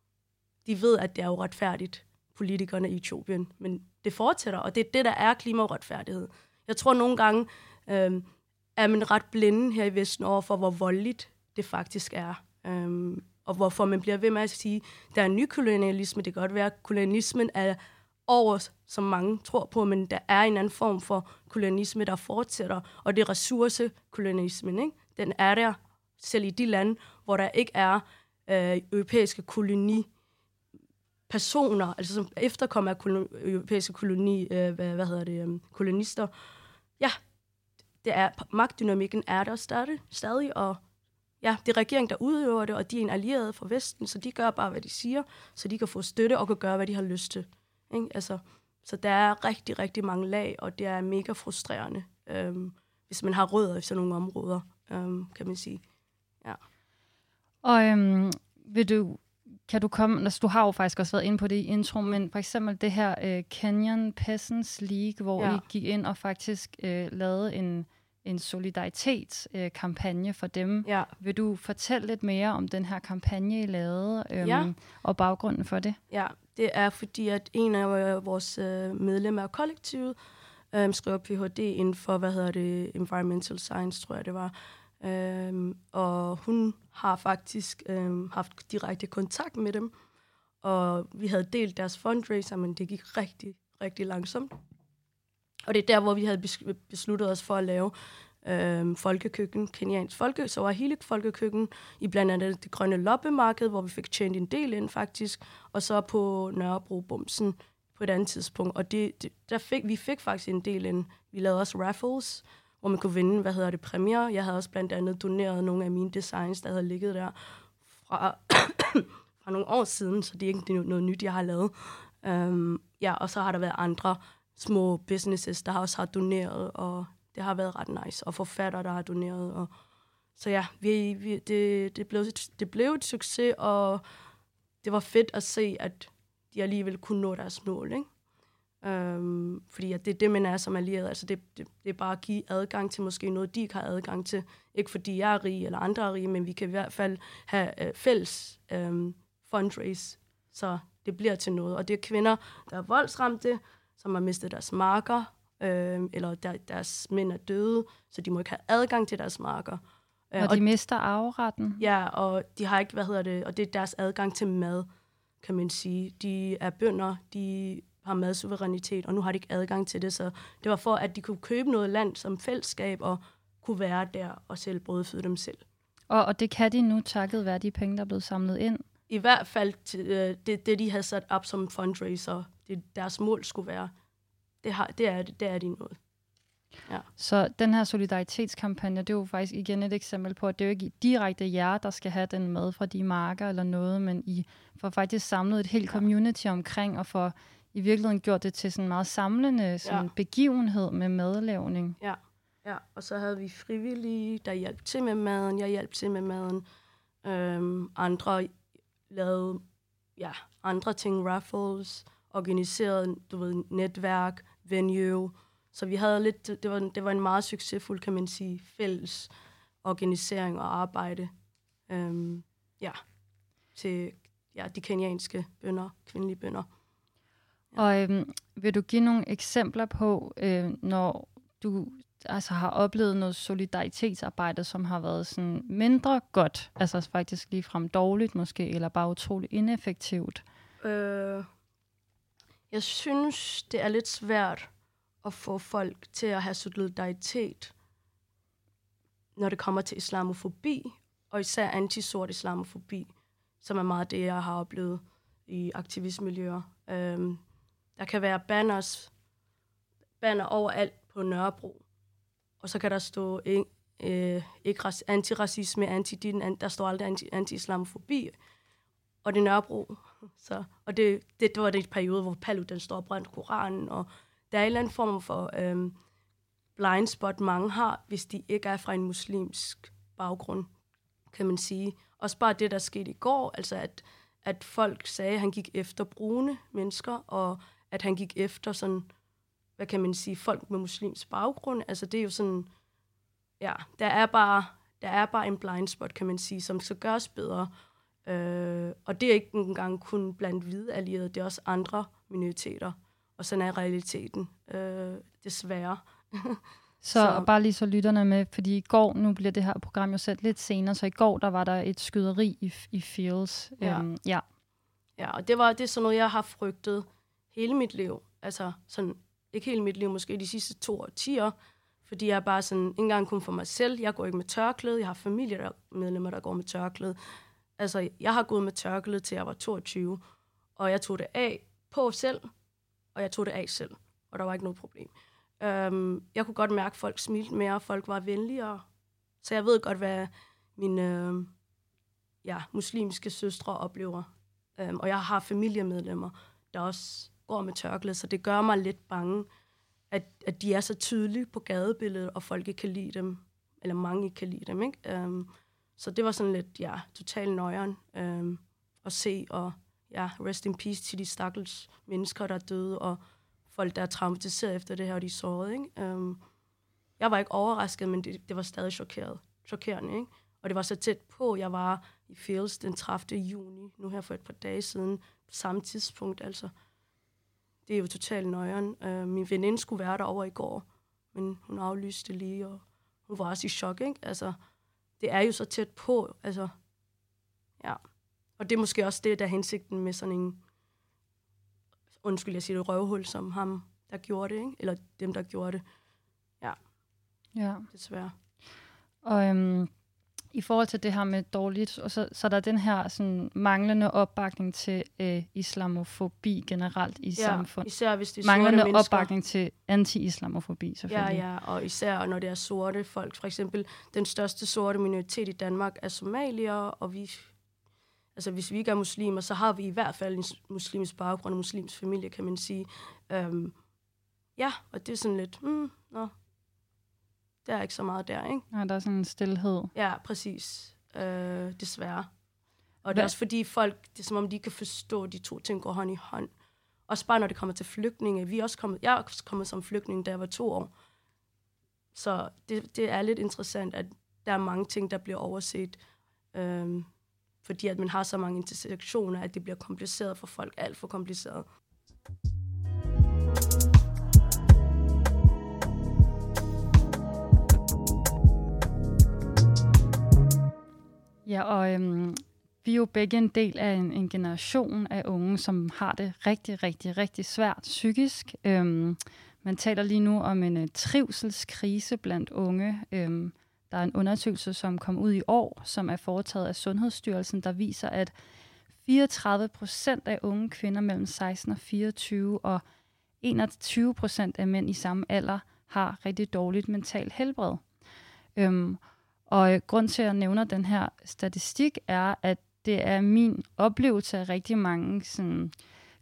de ved, at det er uretfærdigt, politikerne i Etiopien, men det fortsætter, og det er det, der er klimauretfærdighed. Jeg tror nogle gange, øh, er man ret blinde her i Vesten over for, hvor voldeligt det faktisk er, øh, og hvorfor man bliver ved med at sige, der er en ny kolonialisme, det kan godt være, at kolonialismen er over, som mange tror på, men der er en anden form for kolonialisme, der fortsætter, og det er ressourcekolonialismen, ikke? Den er der selv i de lande, hvor der ikke er øh, europæiske kolonipersoner, altså som efterkommer af kolon- europæiske koloni, øh, hvad, hvad hedder det, øh, kolonister. Ja, det er, magtdynamikken er der stadig, stadig, og ja, det er regeringen, der udøver det, og de er en allieret for Vesten, så de gør bare, hvad de siger, så de kan få støtte og kan gøre, hvad de har lyst til. Ikke? Altså, så der er rigtig, rigtig mange lag, og det er mega frustrerende, øhm, hvis man har rødder i sådan nogle områder, øhm, kan man sige. Ja. Og øhm, vil du, kan du komme, altså du har jo faktisk også været inde på det i intro, men for eksempel det her øh, Kenyan Peasants League, hvor ja. I gik ind og faktisk øh, lavede en, en solidaritetskampagne øh, for dem. Ja. Vil du fortælle lidt mere om den her kampagne, I lavede, øhm, ja. og baggrunden for det? Ja, det er fordi, at en af vores øh, medlemmer af kollektivet øh, skrev P H D inden for, hvad hedder det, Environmental Science, tror jeg det var. Øh, og hun har faktisk øh, haft direkte kontakt med dem, og vi havde delt deres fundraiser, men det gik rigtig, rigtig langsomt. Og det er der, hvor vi havde besluttet os for at lave øh, folkekøkken, kenyansk folke, så var hele folkekøkken i blandt andet det grønne loppemarked, hvor vi fik tjent en del ind faktisk, og så på Nørrebro Bumsen på et andet tidspunkt. Og det, det, der fik, vi fik faktisk en del ind. Vi lavede også raffles, hvor man kunne vinde, hvad hedder det, præmier. Jeg havde også blandt andet doneret nogle af mine designs, der havde ligget der fra, fra nogle år siden, så det er ikke noget nyt, jeg har lavet. Um, ja, og så har der været andre små businesses, der også har doneret, og det har været ret nice. Og forfattere, der har doneret. Og så ja, vi, vi, det, det, blev, det blev et succes, og det var fedt at se, at de alligevel kunne nå deres mål, ikke? Um, fordi at det er det, man er som allieret. Altså det, det, det er bare at give adgang til måske noget, de ikke har adgang til. Ikke fordi jeg er rig, eller andre er rige, men vi kan i hvert fald have uh, fælles um, fundraise, så det bliver til noget. Og det er kvinder, der er voldsramte, som har mistet deres marker, øh, eller der, deres mænd er døde, så de må ikke have adgang til deres marker. Og, og de mister arveretten. Ja, og de har ikke, hvad hedder det, og det er deres adgang til mad, kan man sige. De er bønder, de har madsuverænitet, og nu har de ikke adgang til det, så det var for, at de kunne købe noget land som fællesskab, og kunne være der og selv brødføde dem selv. Og, og det kan de nu, takket være de penge, der er blevet samlet ind? I hvert fald til, øh, det, det, de havde sat op som fundraiser, det deres mål skulle være, det, har, det, er, det er de noget. Ja. Så den her solidaritetskampagne, det er jo faktisk igen et eksempel på, at det er jo ikke direkte jer, der skal have den med fra de marker eller noget, men I får faktisk samlet et helt community omkring, og får i virkeligheden gjort det til sådan en meget samlende sådan ja. begivenhed med madlavning. Ja. Ja, og så havde vi frivillige, der hjalp til med maden, jeg hjalp til med maden, øhm, andre lavede ja, andre ting, raffles, organiseret, du ved, netværk, venue. Så vi havde lidt, det var, det var en meget succesfuld, kan man sige, fælles organisering og arbejde. Øhm, ja, til ja, de kenyanske bønder, kvindelige bønder. Ja. Og øhm, vil du give nogle eksempler på, øh, når du altså har oplevet noget solidaritetsarbejde, som har været sådan mindre godt, altså faktisk ligefrem dårligt måske, eller bare utroligt ineffektivt? Øh, jeg synes, det er lidt svært at få folk til at have solidaritet, når det kommer til islamofobi, og især anti-sort islamofobi, som er meget det, jeg har oplevet i aktivistmiljøer. Øh, der kan være banners, banner overalt på Nørrebro, og så kan der stå ikke, øh, ikke antiracisme, anti-din, der står aldrig anti, anti-islamofobi, og det er Nørrebro. Så, og det, det, det var det periode, hvor Paludan står og brændte Koranen, og der er en eller anden form for øh, blind spot, mange har, hvis de ikke er fra en muslimsk baggrund, kan man sige. Også bare det, der skete i går, altså at, at folk sagde, at han gik efter brune mennesker, og at han gik efter sådan, hvad kan man sige, folk med muslims baggrund. Altså det er jo sådan, ja, der er bare, der er bare en blind spot, kan man sige, som skal gøres bedre. Øh, og det er ikke engang kun blandt hvide allierede, det er også andre minoriteter. Og sådan er realiteten, øh, desværre. Så, så bare lige så lytterne med, fordi i går, nu bliver det her program jo sendt lidt senere, så i går, der var der et skyderi i, i Fields. Ja. Øhm, ja. Ja, og det var det er sådan noget, jeg har frygtet hele mit liv. Altså sådan, ikke hele mit liv, måske de sidste to årtier, fordi jeg er bare sådan, ikke engang kun for mig selv. Jeg går ikke med tørklæde, jeg har familiemedlemmer, der går med tørklæde. Altså, jeg har gået med tørklæde til jeg var toogtyve, og jeg tog det af på selv, og jeg tog det af selv, og der var ikke noget problem. Um, jeg kunne godt mærke, at folk smilte mere, og folk var venligere. Så jeg ved godt, hvad mine uh, ja, muslimske søstre oplever. Um, og jeg har familiemedlemmer, der også går med tørklæde, så det gør mig lidt bange, at, at de er så tydelige på gadebilledet, og folk ikke kan lide dem, eller mange ikke kan lide dem, ikke? Um, så det var sådan lidt, ja, total nøjeren um, at se, og ja, rest in peace til de stakkels mennesker, der er døde, og folk, der er traumatiseret efter det her, og de er såret, ikke? Um, jeg var ikke overrasket, men det, det var stadig chokeret, chokerende, ikke? Og det var så tæt på, jeg var i Fields den tredivte juni, nu her for et par dage siden, på samme tidspunkt, altså. Det er jo totalt nøjeren. Uh, min veninde skulle være der over i går, men hun aflyste lige, og hun var også i chok, ikke? Altså, det er jo så tæt på, altså, ja. Og det er måske også det, der er hensigten med sådan en, undskyld, jeg siger det, røvhul, som ham, der gjorde det, ikke? Eller dem, der gjorde det. Ja, ja. Desværre. Og øhm, i forhold til det her med dårligt, og så, så der er den her sådan, manglende opbakning til øh, islamofobi generelt i ja, samfundet. Især hvis det er manglende sorte mennesker. opbakning til anti-islamofobi, selvfølgelig. Ja, ja, og især når det er sorte folk. For eksempel, den største sorte minoritet i Danmark er somalier, og vi, altså hvis vi ikke er muslimer, så har vi i hvert fald en muslimsk baggrund, en muslimsk familie, kan man sige. Um, ja, og det er sådan lidt, mm, nå, der er ikke så meget der, ikke? Ja, der er sådan en stilhed. Ja, præcis. Øh, desværre. Og Hvad? det er også fordi folk, det er som om de kan forstå, at de to ting går hånd i hånd. Også bare når det kommer til flygtninge. Vi er også kommet, jeg er også kommet som flygtning, da jeg var to år. Så det, det er lidt interessant, at der er mange ting, der bliver overset. Øhm, fordi at man har så mange intersektioner, at det bliver kompliceret for folk. Alt for kompliceret. Ja, og øhm, vi er jo begge en del af en, en generation af unge, som har det rigtig, rigtig, rigtig svært psykisk. Øhm, man taler lige nu om en uh, trivselskrise blandt unge. Øhm, der er en undersøgelse, som kom ud i år, som er foretaget af Sundhedsstyrelsen, der viser, at fireogtredive procent af unge kvinder mellem seksten og fireogtyve og enogtyve procent af mænd i samme alder har rigtig dårligt mentalt helbred. Øhm, Og grund til, at jeg nævner den her statistik, er, at det er min oplevelse af rigtig mange sådan,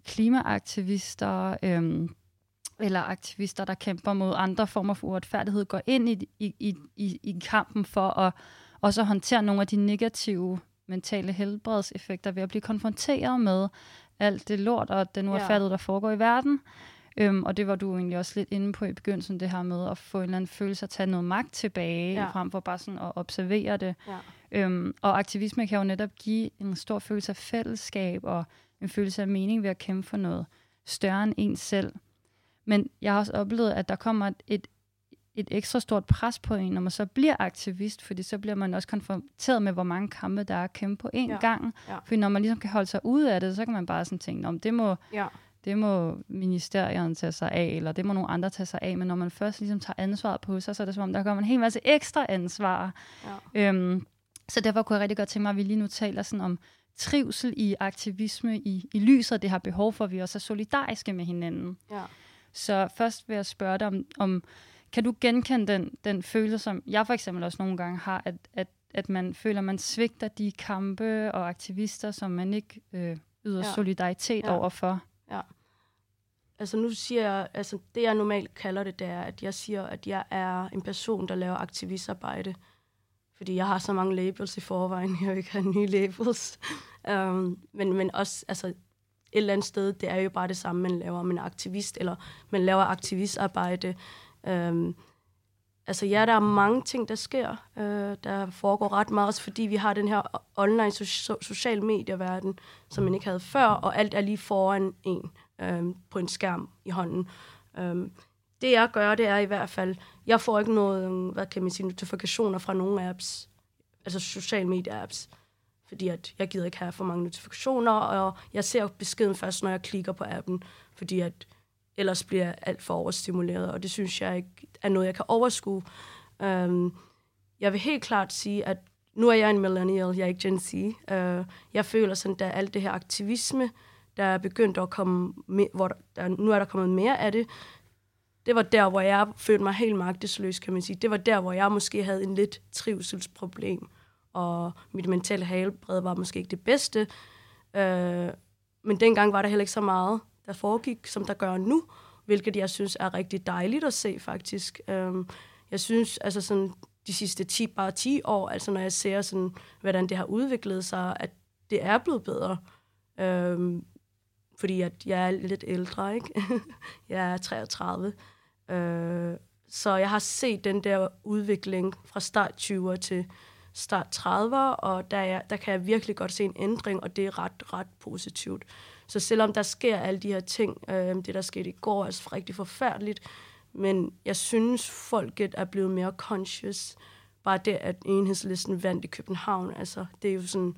klimaaktivister øhm, eller aktivister, der kæmper mod andre former for uretfærdighed, går ind i, i, i, i kampen for at også håndtere nogle af de negative mentale helbredseffekter ved at blive konfronteret med alt det lort og den uretfærdighed, der foregår i verden. Øhm, og det var du egentlig også lidt inde på i begyndelsen, det her med at få en eller anden følelse at tage noget magt tilbage, ja. frem for bare sådan at observere det. Ja. Øhm, og aktivisme kan jo netop give en stor følelse af fællesskab og en følelse af mening ved at kæmpe for noget større end en selv. Men jeg har også oplevet, at der kommer et, et, et ekstra stort pres på en, når man så bliver aktivist, fordi så bliver man også konfronteret med, hvor mange kampe der er at kæmpe på én ja. gang. Ja. Fordi når man ligesom kan holde sig ude af det, så kan man bare sådan tænke, om det må... Ja. Det må ministerierne tage sig af, eller det må nogle andre tage sig af. Men når man først ligesom tager ansvaret på sig, så er det som om, der kommer en hel masse ekstra ansvar. Ja. Øhm, så derfor kunne jeg rigtig godt tænke mig, at vi lige nu taler sådan om trivsel i aktivisme i, i lyset af det her behov for, at vi også er solidariske med hinanden. Ja. Så først vil jeg spørge dig om, om kan du genkende den, den følelse, som jeg for eksempel også nogle gange har, at, at, at man føler, at man svigter de kampe og aktivister, som man ikke øh, yder ja. solidaritet ja. overfor? Ja. Altså nu siger jeg, altså det jeg normalt kalder det, det er, at jeg siger, at jeg er en person, der laver aktivistarbejde. Fordi jeg har så mange labels i forvejen, jeg vil ikke have nye labels. um, men, men også, altså et eller andet sted, det er jo bare det samme, man laver. Man er aktivist, eller man laver aktivistarbejde. Um, altså ja, der er mange ting, der sker. Uh, der foregår ret meget, også fordi vi har den her online so- social medieverden, som man ikke havde før, og alt er lige foran en um, på en skærm i hånden. Um, det jeg gør, det er i hvert fald, jeg får ikke noget, hvad kan man sige, notifikationer fra nogle apps, altså social medie-apps, fordi at jeg gider ikke have for mange notifikationer, og jeg ser beskeden først, når jeg klikker på appen, fordi at ellers bliver jeg alt for overstimuleret, og det synes jeg ikke er noget, jeg kan overskue. Um, jeg vil helt klart sige, at nu er jeg en millennial, jeg er ikke Gen Z. Uh, jeg føler sådan, at alt det her aktivisme, der er begyndt at komme, hvor der, der, nu er der kommet mere af det, det var der, hvor jeg følte mig helt magtesløs, kan man sige. Det var der, hvor jeg måske havde en lidt trivselsproblem, og mit mentale helbred var måske ikke det bedste. Uh, men dengang var der heller ikke så meget, der foregik, som der gør nu, hvilket jeg synes er rigtig dejligt at se, faktisk. Uh, jeg synes, altså sådan de sidste ti, bare ti år, altså når jeg ser sådan, hvordan det har udviklet sig, at det er blevet bedre. Uh, fordi at jeg er lidt ældre, ikke? Jeg er treogtredive. Øh, så jeg har set den der udvikling fra start tyverne til start trediverne, og der, er, der kan jeg virkelig godt se en ændring, og det er ret, ret positivt. Så selvom der sker alle de her ting, øh, det der skete i går, er altså rigtig forfærdeligt, men jeg synes, folket er blevet mere conscious. Bare det, at Enhedslisten vandt i København, altså det er jo sådan...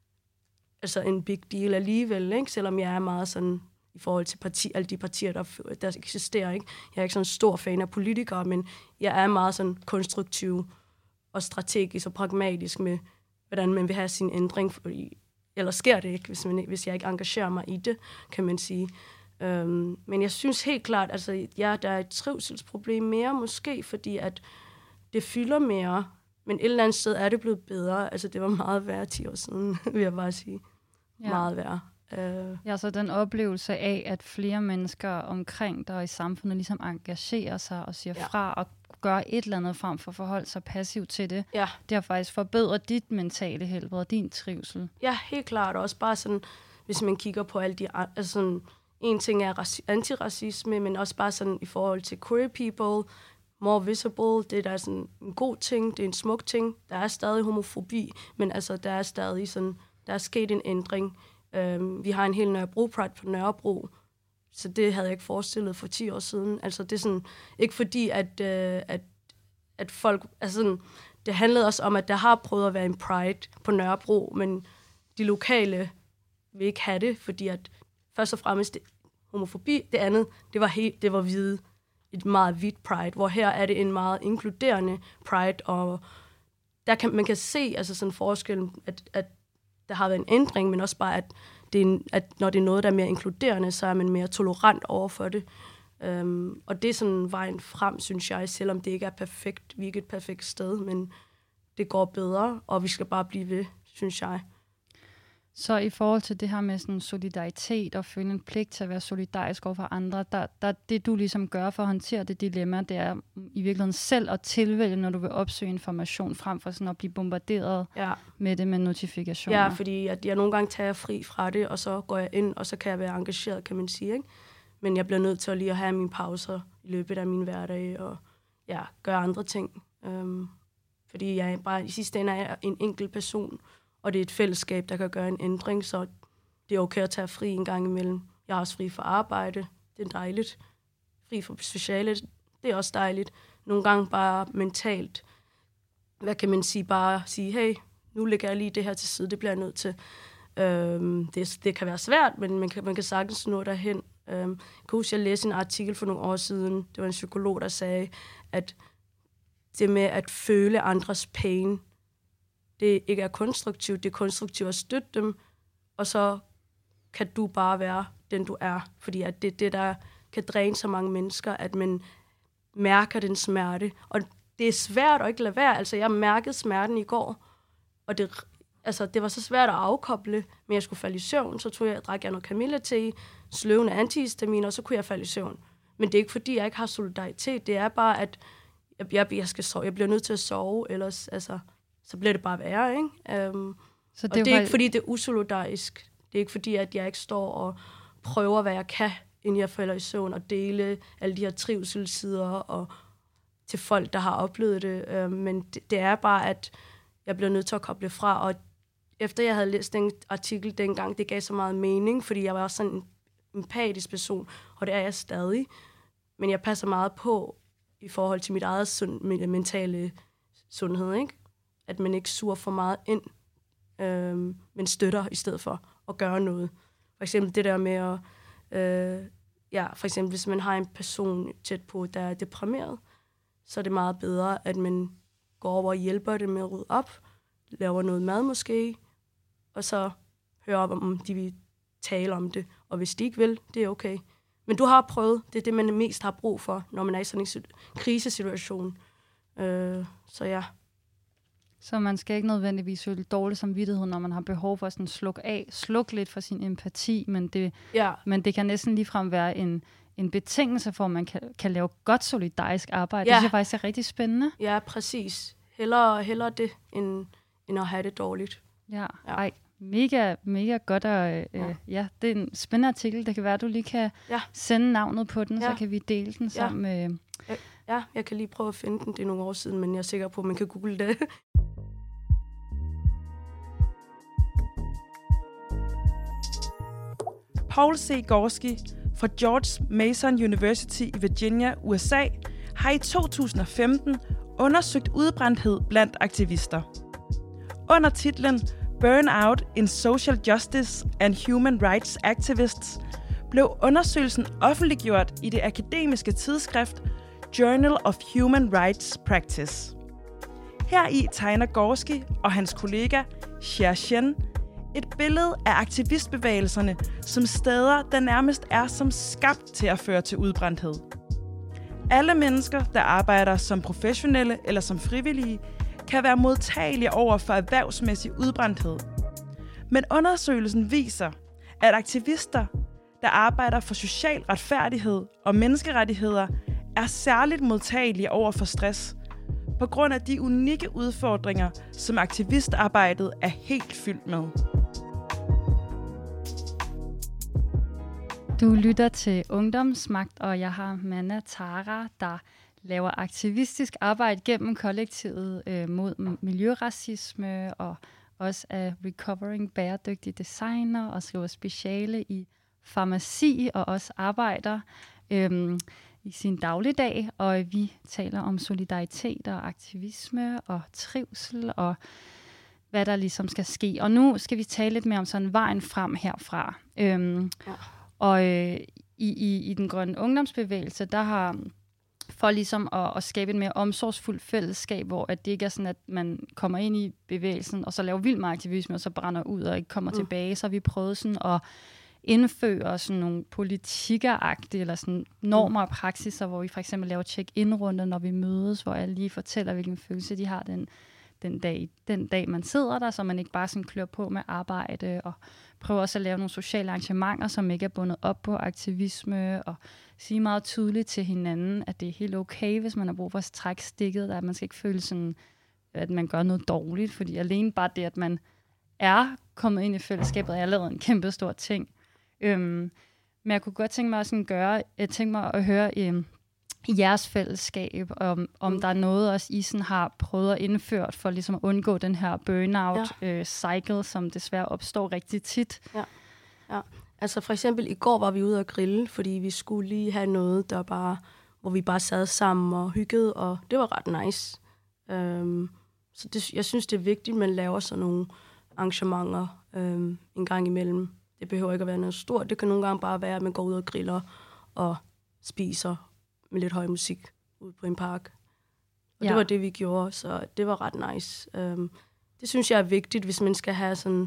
altså en big deal alligevel, ikke? Selvom jeg er meget sådan, i forhold til parti, alle de partier, der, der eksisterer, ikke? Jeg er ikke sådan en stor fan af politikere, men jeg er meget sådan konstruktiv og strategisk og pragmatisk med, hvordan man vil have sin ændring, fordi ellers sker det ikke, hvis, man, hvis jeg ikke engagerer mig i det, kan man sige. Um, men jeg synes helt klart, altså, ja, der er et trivselsproblem mere, måske, fordi at det fylder mere, men et eller andet sted er det blevet bedre. Altså, det var meget værre ti år siden, vil jeg bare sige. Ja. Meget værre. Øh. Ja, så den oplevelse af, at flere mennesker omkring dig i samfundet ligesom engagerer sig og siger ja. fra og gør et eller andet frem for at forholde sig passivt til det. Ja. Det har faktisk forbedret dit mentale helbred og din trivsel. Ja, helt klart. Også bare sådan, hvis man kigger på alle de... Altså sådan, en ting er raci- antiracisme, men også bare sådan i forhold til queer people, more visible, det er der sådan en god ting, det er en smuk ting. Der er stadig homofobi, men altså der er stadig sådan, der er sket en ændring. Um, vi har en hel Nørrebro Pride på Nørrebro, så det havde jeg ikke forestillet for ti år siden. Altså det er sådan, ikke fordi, at, uh, at, at folk, altså sådan, det handlede også om, at der har prøvet at være en Pride på Nørrebro, men de lokale vil ikke have det, fordi at først og fremmest det, homofobi, det andet, det var helt, det var hvide, et meget hvidt Pride, hvor her er det en meget inkluderende Pride, og der kan, man kan se altså sådan forskellen, at, at der har været en ændring, men også bare, at, det er en, at når det er noget, der er mere inkluderende, så er man mere tolerant over for det. Um, og det er sådan vejen frem, synes jeg, selvom det ikke er perfekt. Vi er ikke et perfekt sted, men det går bedre, og vi skal bare blive ved, synes jeg. Så i forhold til det her med sådan solidaritet og føle en pligt til at være solidarisk over for andre, der, der det du ligesom gør for at håndtere det dilemma, det er i virkeligheden selv at tilvælge, når du vil opsøge information, frem for sådan at blive bombarderet ja. med det med notifikationer. Ja, fordi at jeg nogle gange tager fri fra det, og så går jeg ind, og så kan jeg være engageret, kan man sige, ikke? Men jeg bliver nødt til at lige at have mine pauser i løbet af min hverdag, og ja, gøre andre ting. Um, fordi jeg bare i sidste ende er en enkelt person, og det er et fællesskab, der kan gøre en ændring, så det er okay at tage fri en gang imellem. Jeg er også fri for arbejde, det er dejligt. Fri for sociale, det er også dejligt. Nogle gange bare mentalt, hvad kan man sige, bare sige, hey, nu lægger jeg lige det her til side, det bliver jeg nødt til. Øhm, det, det kan være svært, men man kan, man kan sagtens nå derhen. Øhm, jeg kan huske, jeg læste en artikel for nogle år siden, det var en psykolog, der sagde, at det med at føle andres pain, det ikke er konstruktivt, det er konstruktivt at støtte dem, og så kan du bare være den, du er. Fordi at det er det, der kan dræne så mange mennesker, at man mærker den smerte. Og det er svært at ikke lade være. Altså, jeg mærkede smerten i går, og det, altså, det var så svært at afkoble, men jeg skulle falde i søvn. Så tog jeg, drak jeg noget kamillete, sløvende antihistamin, og så kunne jeg falde i søvn. Men det er ikke, fordi jeg ikke har solidaritet. Det er bare, at jeg, jeg, jeg skal sove. Jeg bliver nødt til at sove, ellers altså, så bliver det bare værre, ikke? Um, så det og det er var... ikke, fordi det er usolidarisk. Det er ikke, fordi at jeg ikke står og prøver, hvad jeg kan, inden jeg falder i søvn, og dele alle de her trivselssider og til folk, der har oplevet det. Um, men det, det er bare, at jeg bliver nødt til at koble fra. Og efter jeg havde læst den artikel dengang, det gav så meget mening, fordi jeg var også sådan en empatisk person, og det er jeg stadig. Men jeg passer meget på i forhold til mit eget sund, mit mentale sundhed, ikke? At man ikke suger for meget ind, øhm, men støtter i stedet for at gøre noget. For eksempel det der med at, øh, ja, for eksempel hvis man har en person tæt på, der er deprimeret, så er det meget bedre, at man går over og hjælper det med at rydde op, laver noget mad måske, og så hører op, om de vil tale om det. Og hvis de ikke vil, det er okay. Men du har prøvet, det er det, man mest har brug for, når man er i sådan en krisesituation. Øh, så ja. Så man skal ikke nødvendigvis føle dårlig samvittighed, når man har behov for at slukke af, slukke lidt for sin empati, men det, ja. men det kan næsten ligefrem være en, en betingelse for, at man kan, kan lave godt solidarisk arbejde. Ja. Det synes jeg faktisk er rigtig spændende. Ja, præcis. Hellere, hellere det, end, end at have det dårligt. Ja, ja. Ej, mega, mega godt. Og, øh, ja. ja, det er en spændende artikel. Det kan være, at du lige kan ja. sende navnet på den, ja. så kan vi dele den sammen med... Ja. Ja, jeg kan lige prøve at finde den. Det er nogle år siden, men jeg er sikker på, at man kan google det. Paul C. Gorski fra George Mason University i Virginia, U S A, har i to tusind og femten undersøgt udbrændthed blandt aktivister. Under titlen Burnout in Social Justice and Human Rights Activists blev undersøgelsen offentliggjort i det akademiske tidsskrift Journal of Human Rights Practice. Heri tegner Gorski og hans kollega Xia Shen et billede af aktivistbevægelserne som steder, der nærmest er som skabt til at føre til udbrændthed. Alle mennesker, der arbejder som professionelle eller som frivillige, kan være modtagelige over for erhvervsmæssig udbrændthed. Men undersøgelsen viser, at aktivister, der arbejder for social retfærdighed og menneskerettigheder, er særligt modtagelige over for stress, på grund af de unikke udfordringer, som aktivistarbejdet er helt fyldt med. Du lytter til Ungdomsmagt, og jeg har Manna Tara, der laver aktivistisk arbejde gennem kollektivet øh, mod miljøracisme og også er recovering bæredygtig designer og skriver speciale i farmaci og også arbejder øhm, i sin dagligdag. Og vi taler om solidaritet og aktivisme og trivsel og hvad der ligesom skal ske. Og nu skal vi tale lidt mere om sådan vejen frem herfra. Øhm, ja. Og øh, i, i, i den grønne ungdomsbevægelse, der har for ligesom at, at skabe et mere omsorgsfuldt fællesskab, hvor at det ikke er sådan, at man kommer ind i bevægelsen, og så laver vild meget aktivisme, og så brænder ud og ikke kommer mm. tilbage. Så har vi prøvet sådan at indføre sådan nogle politikker-agtige, eller sådan normer og praksiser, hvor vi for eksempel laver check-in-runder, når vi mødes, hvor alle lige fortæller, hvilken følelse de har den, den, dag, den dag, man sidder der, så man ikke bare sådan klør på med arbejde, og prøver også at lave nogle sociale arrangementer, som ikke er bundet op på aktivisme, og sige meget tydeligt til hinanden, at det er helt okay, hvis man har brug for at trække stikket, at man skal ikke føle sådan, at man gør noget dårligt, fordi alene bare det, at man er kommet ind i fællesskabet, er allerede en kæmpe stor ting. Øhm, men jeg kunne godt tænke mig at sådan gøre, jeg tænker mig at høre øhm, i jeres fællesskab, om, om mm. der er noget også, I sådan har prøvet at indføre for ligesom at undgå den her burnout-cycle, ja. øh, som desværre opstår rigtig tit. Ja. Ja. Altså for eksempel i går var vi ude at grille, fordi vi skulle lige have noget, der bare, hvor vi bare sad sammen og hyggede, og det var ret nice. Um, så det, jeg synes, det er vigtigt, at man laver sådan nogle arrangementer um, en gang imellem. Det behøver ikke at være noget stort. Det kan nogle gange bare være, at man går ud og griller og spiser med lidt høj musik ude på en park. Og ja. Det var det, vi gjorde, så det var ret nice. Um, det synes jeg er vigtigt, hvis man skal have sådan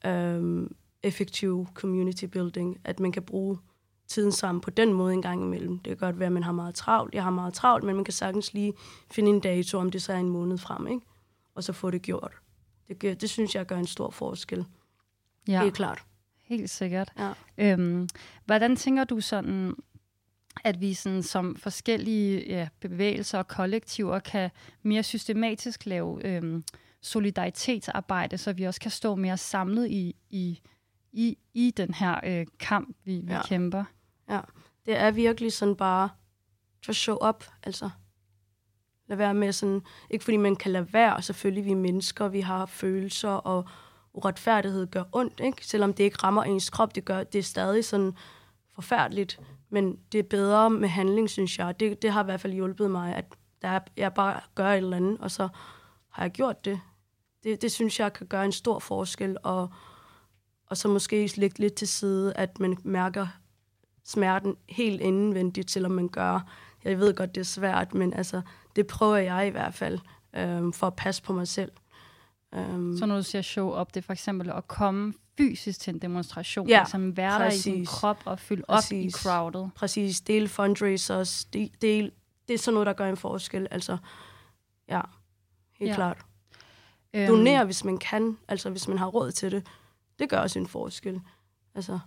um, effektiv community building, at man kan bruge tiden sammen på den måde en gang imellem. Det kan godt være, at man har meget travlt. Jeg har meget travlt, men man kan sagtens lige finde en dato, om det så er en måned frem, ikke? Og så få det gjort. Det, det synes jeg gør en stor forskel. Ja. Helt klart. Helt sikkert. Ja. Øhm, hvordan tænker du sådan, at vi sådan, som forskellige ja, bevægelser og kollektiver kan mere systematisk lave øhm, solidaritetsarbejde, så vi også kan stå mere samlet i, i, i, i den her øh, kamp, vi, vi ja. kæmper? Ja, det er virkelig sådan bare to show up, altså. Lad være med sådan, ikke fordi man kan lade være, selvfølgelig vi er mennesker, vi har følelser, og uretfærdighed gør ondt, ikke? Selvom det ikke rammer ens krop, det gør, det er stadig sådan forfærdeligt, men det er bedre med handling, synes jeg. Det, det har i hvert fald hjulpet mig, at der, jeg bare gør et eller andet, og så har jeg gjort det. Det, det synes jeg kan gøre en stor forskel, og, og så måske lægge lidt til side, at man mærker smerten helt indvendigt, selvom man gør. Jeg ved godt, det er svært, men altså, det prøver jeg i hvert fald, øhm, for at passe på mig selv. Um, så når du siger show up, det er for eksempel at komme fysisk til en demonstration, ja, ligesom være der i din krop og fylde præcis, op i crowdet. Præcis, del fundraisers, del, del, det er sådan noget, der gør en forskel. Altså, ja, helt ja. klart. Um, Donere, hvis man kan, altså hvis man har råd til det. Det gør også en forskel. Altså.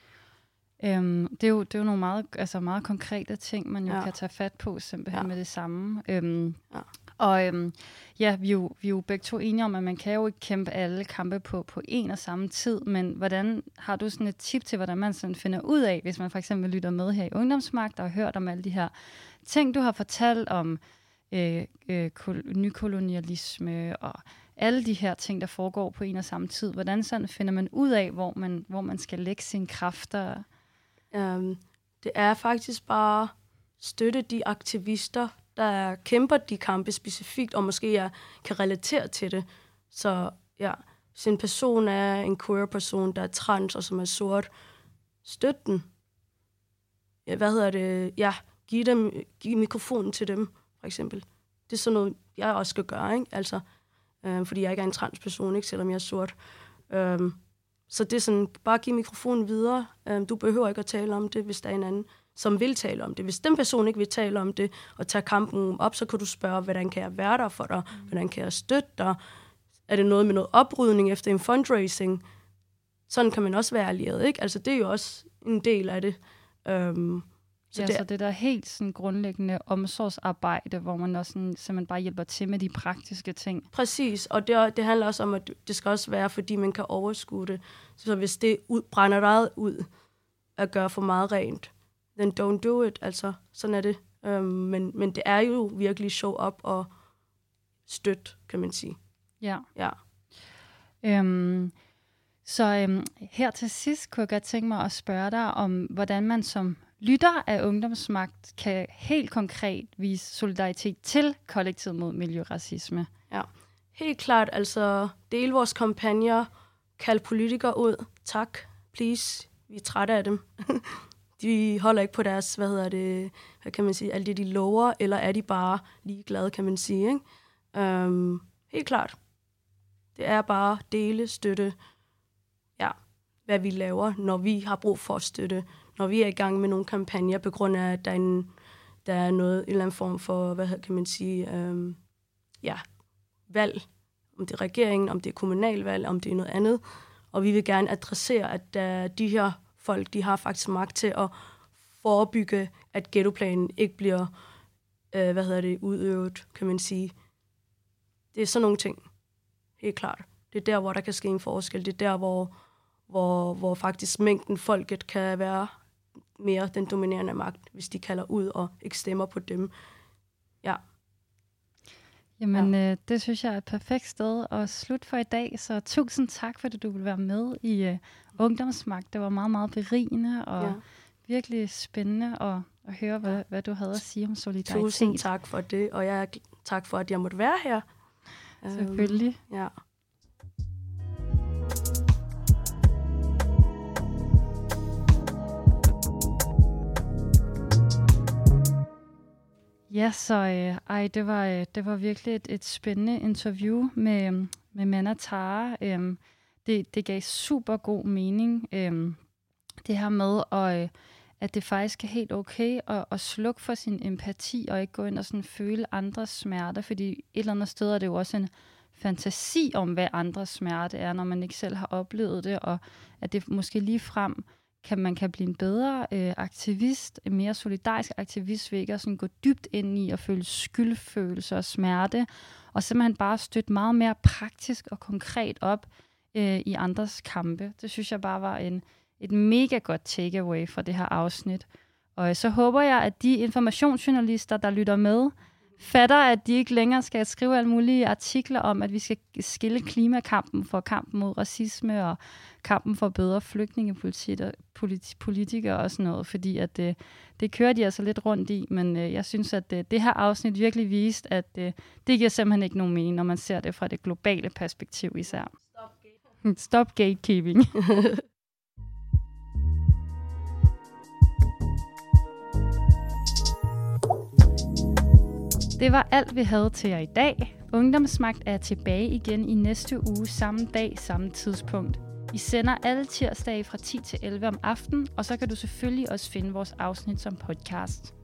Um, det, er jo, det er jo nogle meget, altså meget konkrete ting, man jo ja. kan tage fat på simpelthen ja. med det samme. Um, ja. Og øhm, ja, vi er, jo, vi er jo begge to enige om, at man kan jo ikke kæmpe alle kampe på, på en og samme tid, men hvordan har du sådan et tip til, hvordan man sådan finder ud af, hvis man for eksempel lytter med her i Ungdomsmagt og har hørt om alle de her ting, du har fortalt om øh, øh, kol- nykolonialisme og alle de her ting, der foregår på en og samme tid. Hvordan sådan finder man ud af, hvor man, hvor man skal lægge sine kræfter? Um, det er faktisk bare støtte de aktivister, der kæmper de kampe specifikt, og måske jeg kan relatere til det. Så ja, hvis en person er en queer-person, der er trans og som er sort, støt den. Ja, hvad hedder det? Ja, giv dem, giv mikrofonen til dem, for eksempel. Det er sådan noget, jeg også skal gøre, ikke? Altså, øh, fordi jeg ikke er en transperson, ikke? Selvom jeg er sort. Øh, så det er sådan, bare giv mikrofonen videre. Øh, du behøver ikke at tale om det, hvis der er en anden, som vil tale om det. Hvis den person ikke vil tale om det, og tage kampen op, så kan du spørge, hvordan kan jeg være der for dig? Hvordan kan jeg støtte dig? Er det noget med noget oprydning efter en fundraising? sådan kan man også være allieret, ikke? Altså, det er jo også en del af det. Um, Så ja, det, så det der helt sådan grundlæggende omsorgsarbejde, hvor man også sådan, simpelthen bare hjælper til med de praktiske ting. Præcis, og det, det handler også om, at det skal også være, fordi man kan overskue det. Så hvis det ud, brænder dig ud at gøre for meget rent, then don't do it, altså sådan er det. Um, men, men det er jo virkelig show up og støt, kan man sige. Ja. Ja. Øhm, så øhm, her til sidst kunne jeg godt tænke mig at spørge dig om, hvordan man som lytter af Ungdomsmagt kan helt konkret vise solidaritet til kollektivet mod miljøracisme. Ja, helt klart. Altså, del vores kampagner, kald politikere ud. Tak, please. Vi er trætte af dem. De holder ikke på deres, hvad hedder det, hvad kan man sige, alt det, de lover, eller er de bare ligeglade, kan man sige, ikke? Um, helt klart. Det er bare dele, støtte, ja, hvad vi laver, når vi har brug for at støtte. Når vi er i gang med nogle kampagner, på grund af, at der er, en, der er noget, en eller anden form for, hvad kan man sige, øhm, ja, valg. Om det er regeringen, om det er kommunalvalg, om det er noget andet. Og vi vil gerne adressere, at uh, de her folk, de har faktisk magt til at forebygge, at ghettoplanen ikke bliver, øh, hvad hedder det, udøvet, kan man sige. Det er sådan nogle ting. Helt klart. Det er der, hvor der kan ske en forskel. Det er der, hvor, hvor, hvor faktisk mængden folket kan være mere den dominerende magt, hvis de kalder ud og ikke stemmer på dem. Ja. Jamen, ja. øh, det synes jeg er et perfekt sted at slutte for i dag. Så tusind tak, fordi du ville være med i øh, Ungdomsmagt. Det var meget, meget berigende og ja. virkelig spændende at, at høre, hvad, hvad du havde at sige om solidaritet. Tusind tak for det, og jeg tak for, at jeg måtte være her. Selvfølgelig. Um, ja. Ja, så øh, ej, det var øh, det var virkelig et, et spændende interview med med Manna Tara. Øhm, det det gav super god mening. Øhm, det her med at øh, at det faktisk er helt okay at, at slukke for sin empati og ikke gå ind og sådan føle andres smerte, fordi et eller andet sted er det jo også en fantasi om, hvad andres smerte er, når man ikke selv har oplevet det, og at det måske lige frem kan man kan blive en bedre øh, aktivist, en mere solidarisk aktivist, ved ikke at sådan gå dybt ind i at føle skyldfølelse og smerte, og simpelthen bare støtte meget mere praktisk og konkret op øh, i andres kampe. Det synes jeg bare var en, et mega godt takeaway fra det her afsnit. Og øh, så håber jeg, at de informationsjournalister, der lytter med, fatter, at de ikke længere skal skrive alle mulige artikler om, at vi skal skille klimakampen for kampen mod racisme og kampen for bedre flygtningepolitikere og sådan noget, fordi at det, det kører de altså lidt rundt i, men øh, jeg synes, at det, det her afsnit virkelig viste, at det, det giver simpelthen ikke nogen mening, når man ser det fra det globale perspektiv især. Stop, gate- Stop gatekeeping. Det var alt, vi havde til jer i dag. Ungdomsmagt er tilbage igen i næste uge, samme dag, samme tidspunkt. Vi sender alle tirsdage fra ti til elleve om aftenen, og så kan du selvfølgelig også finde vores afsnit som podcast.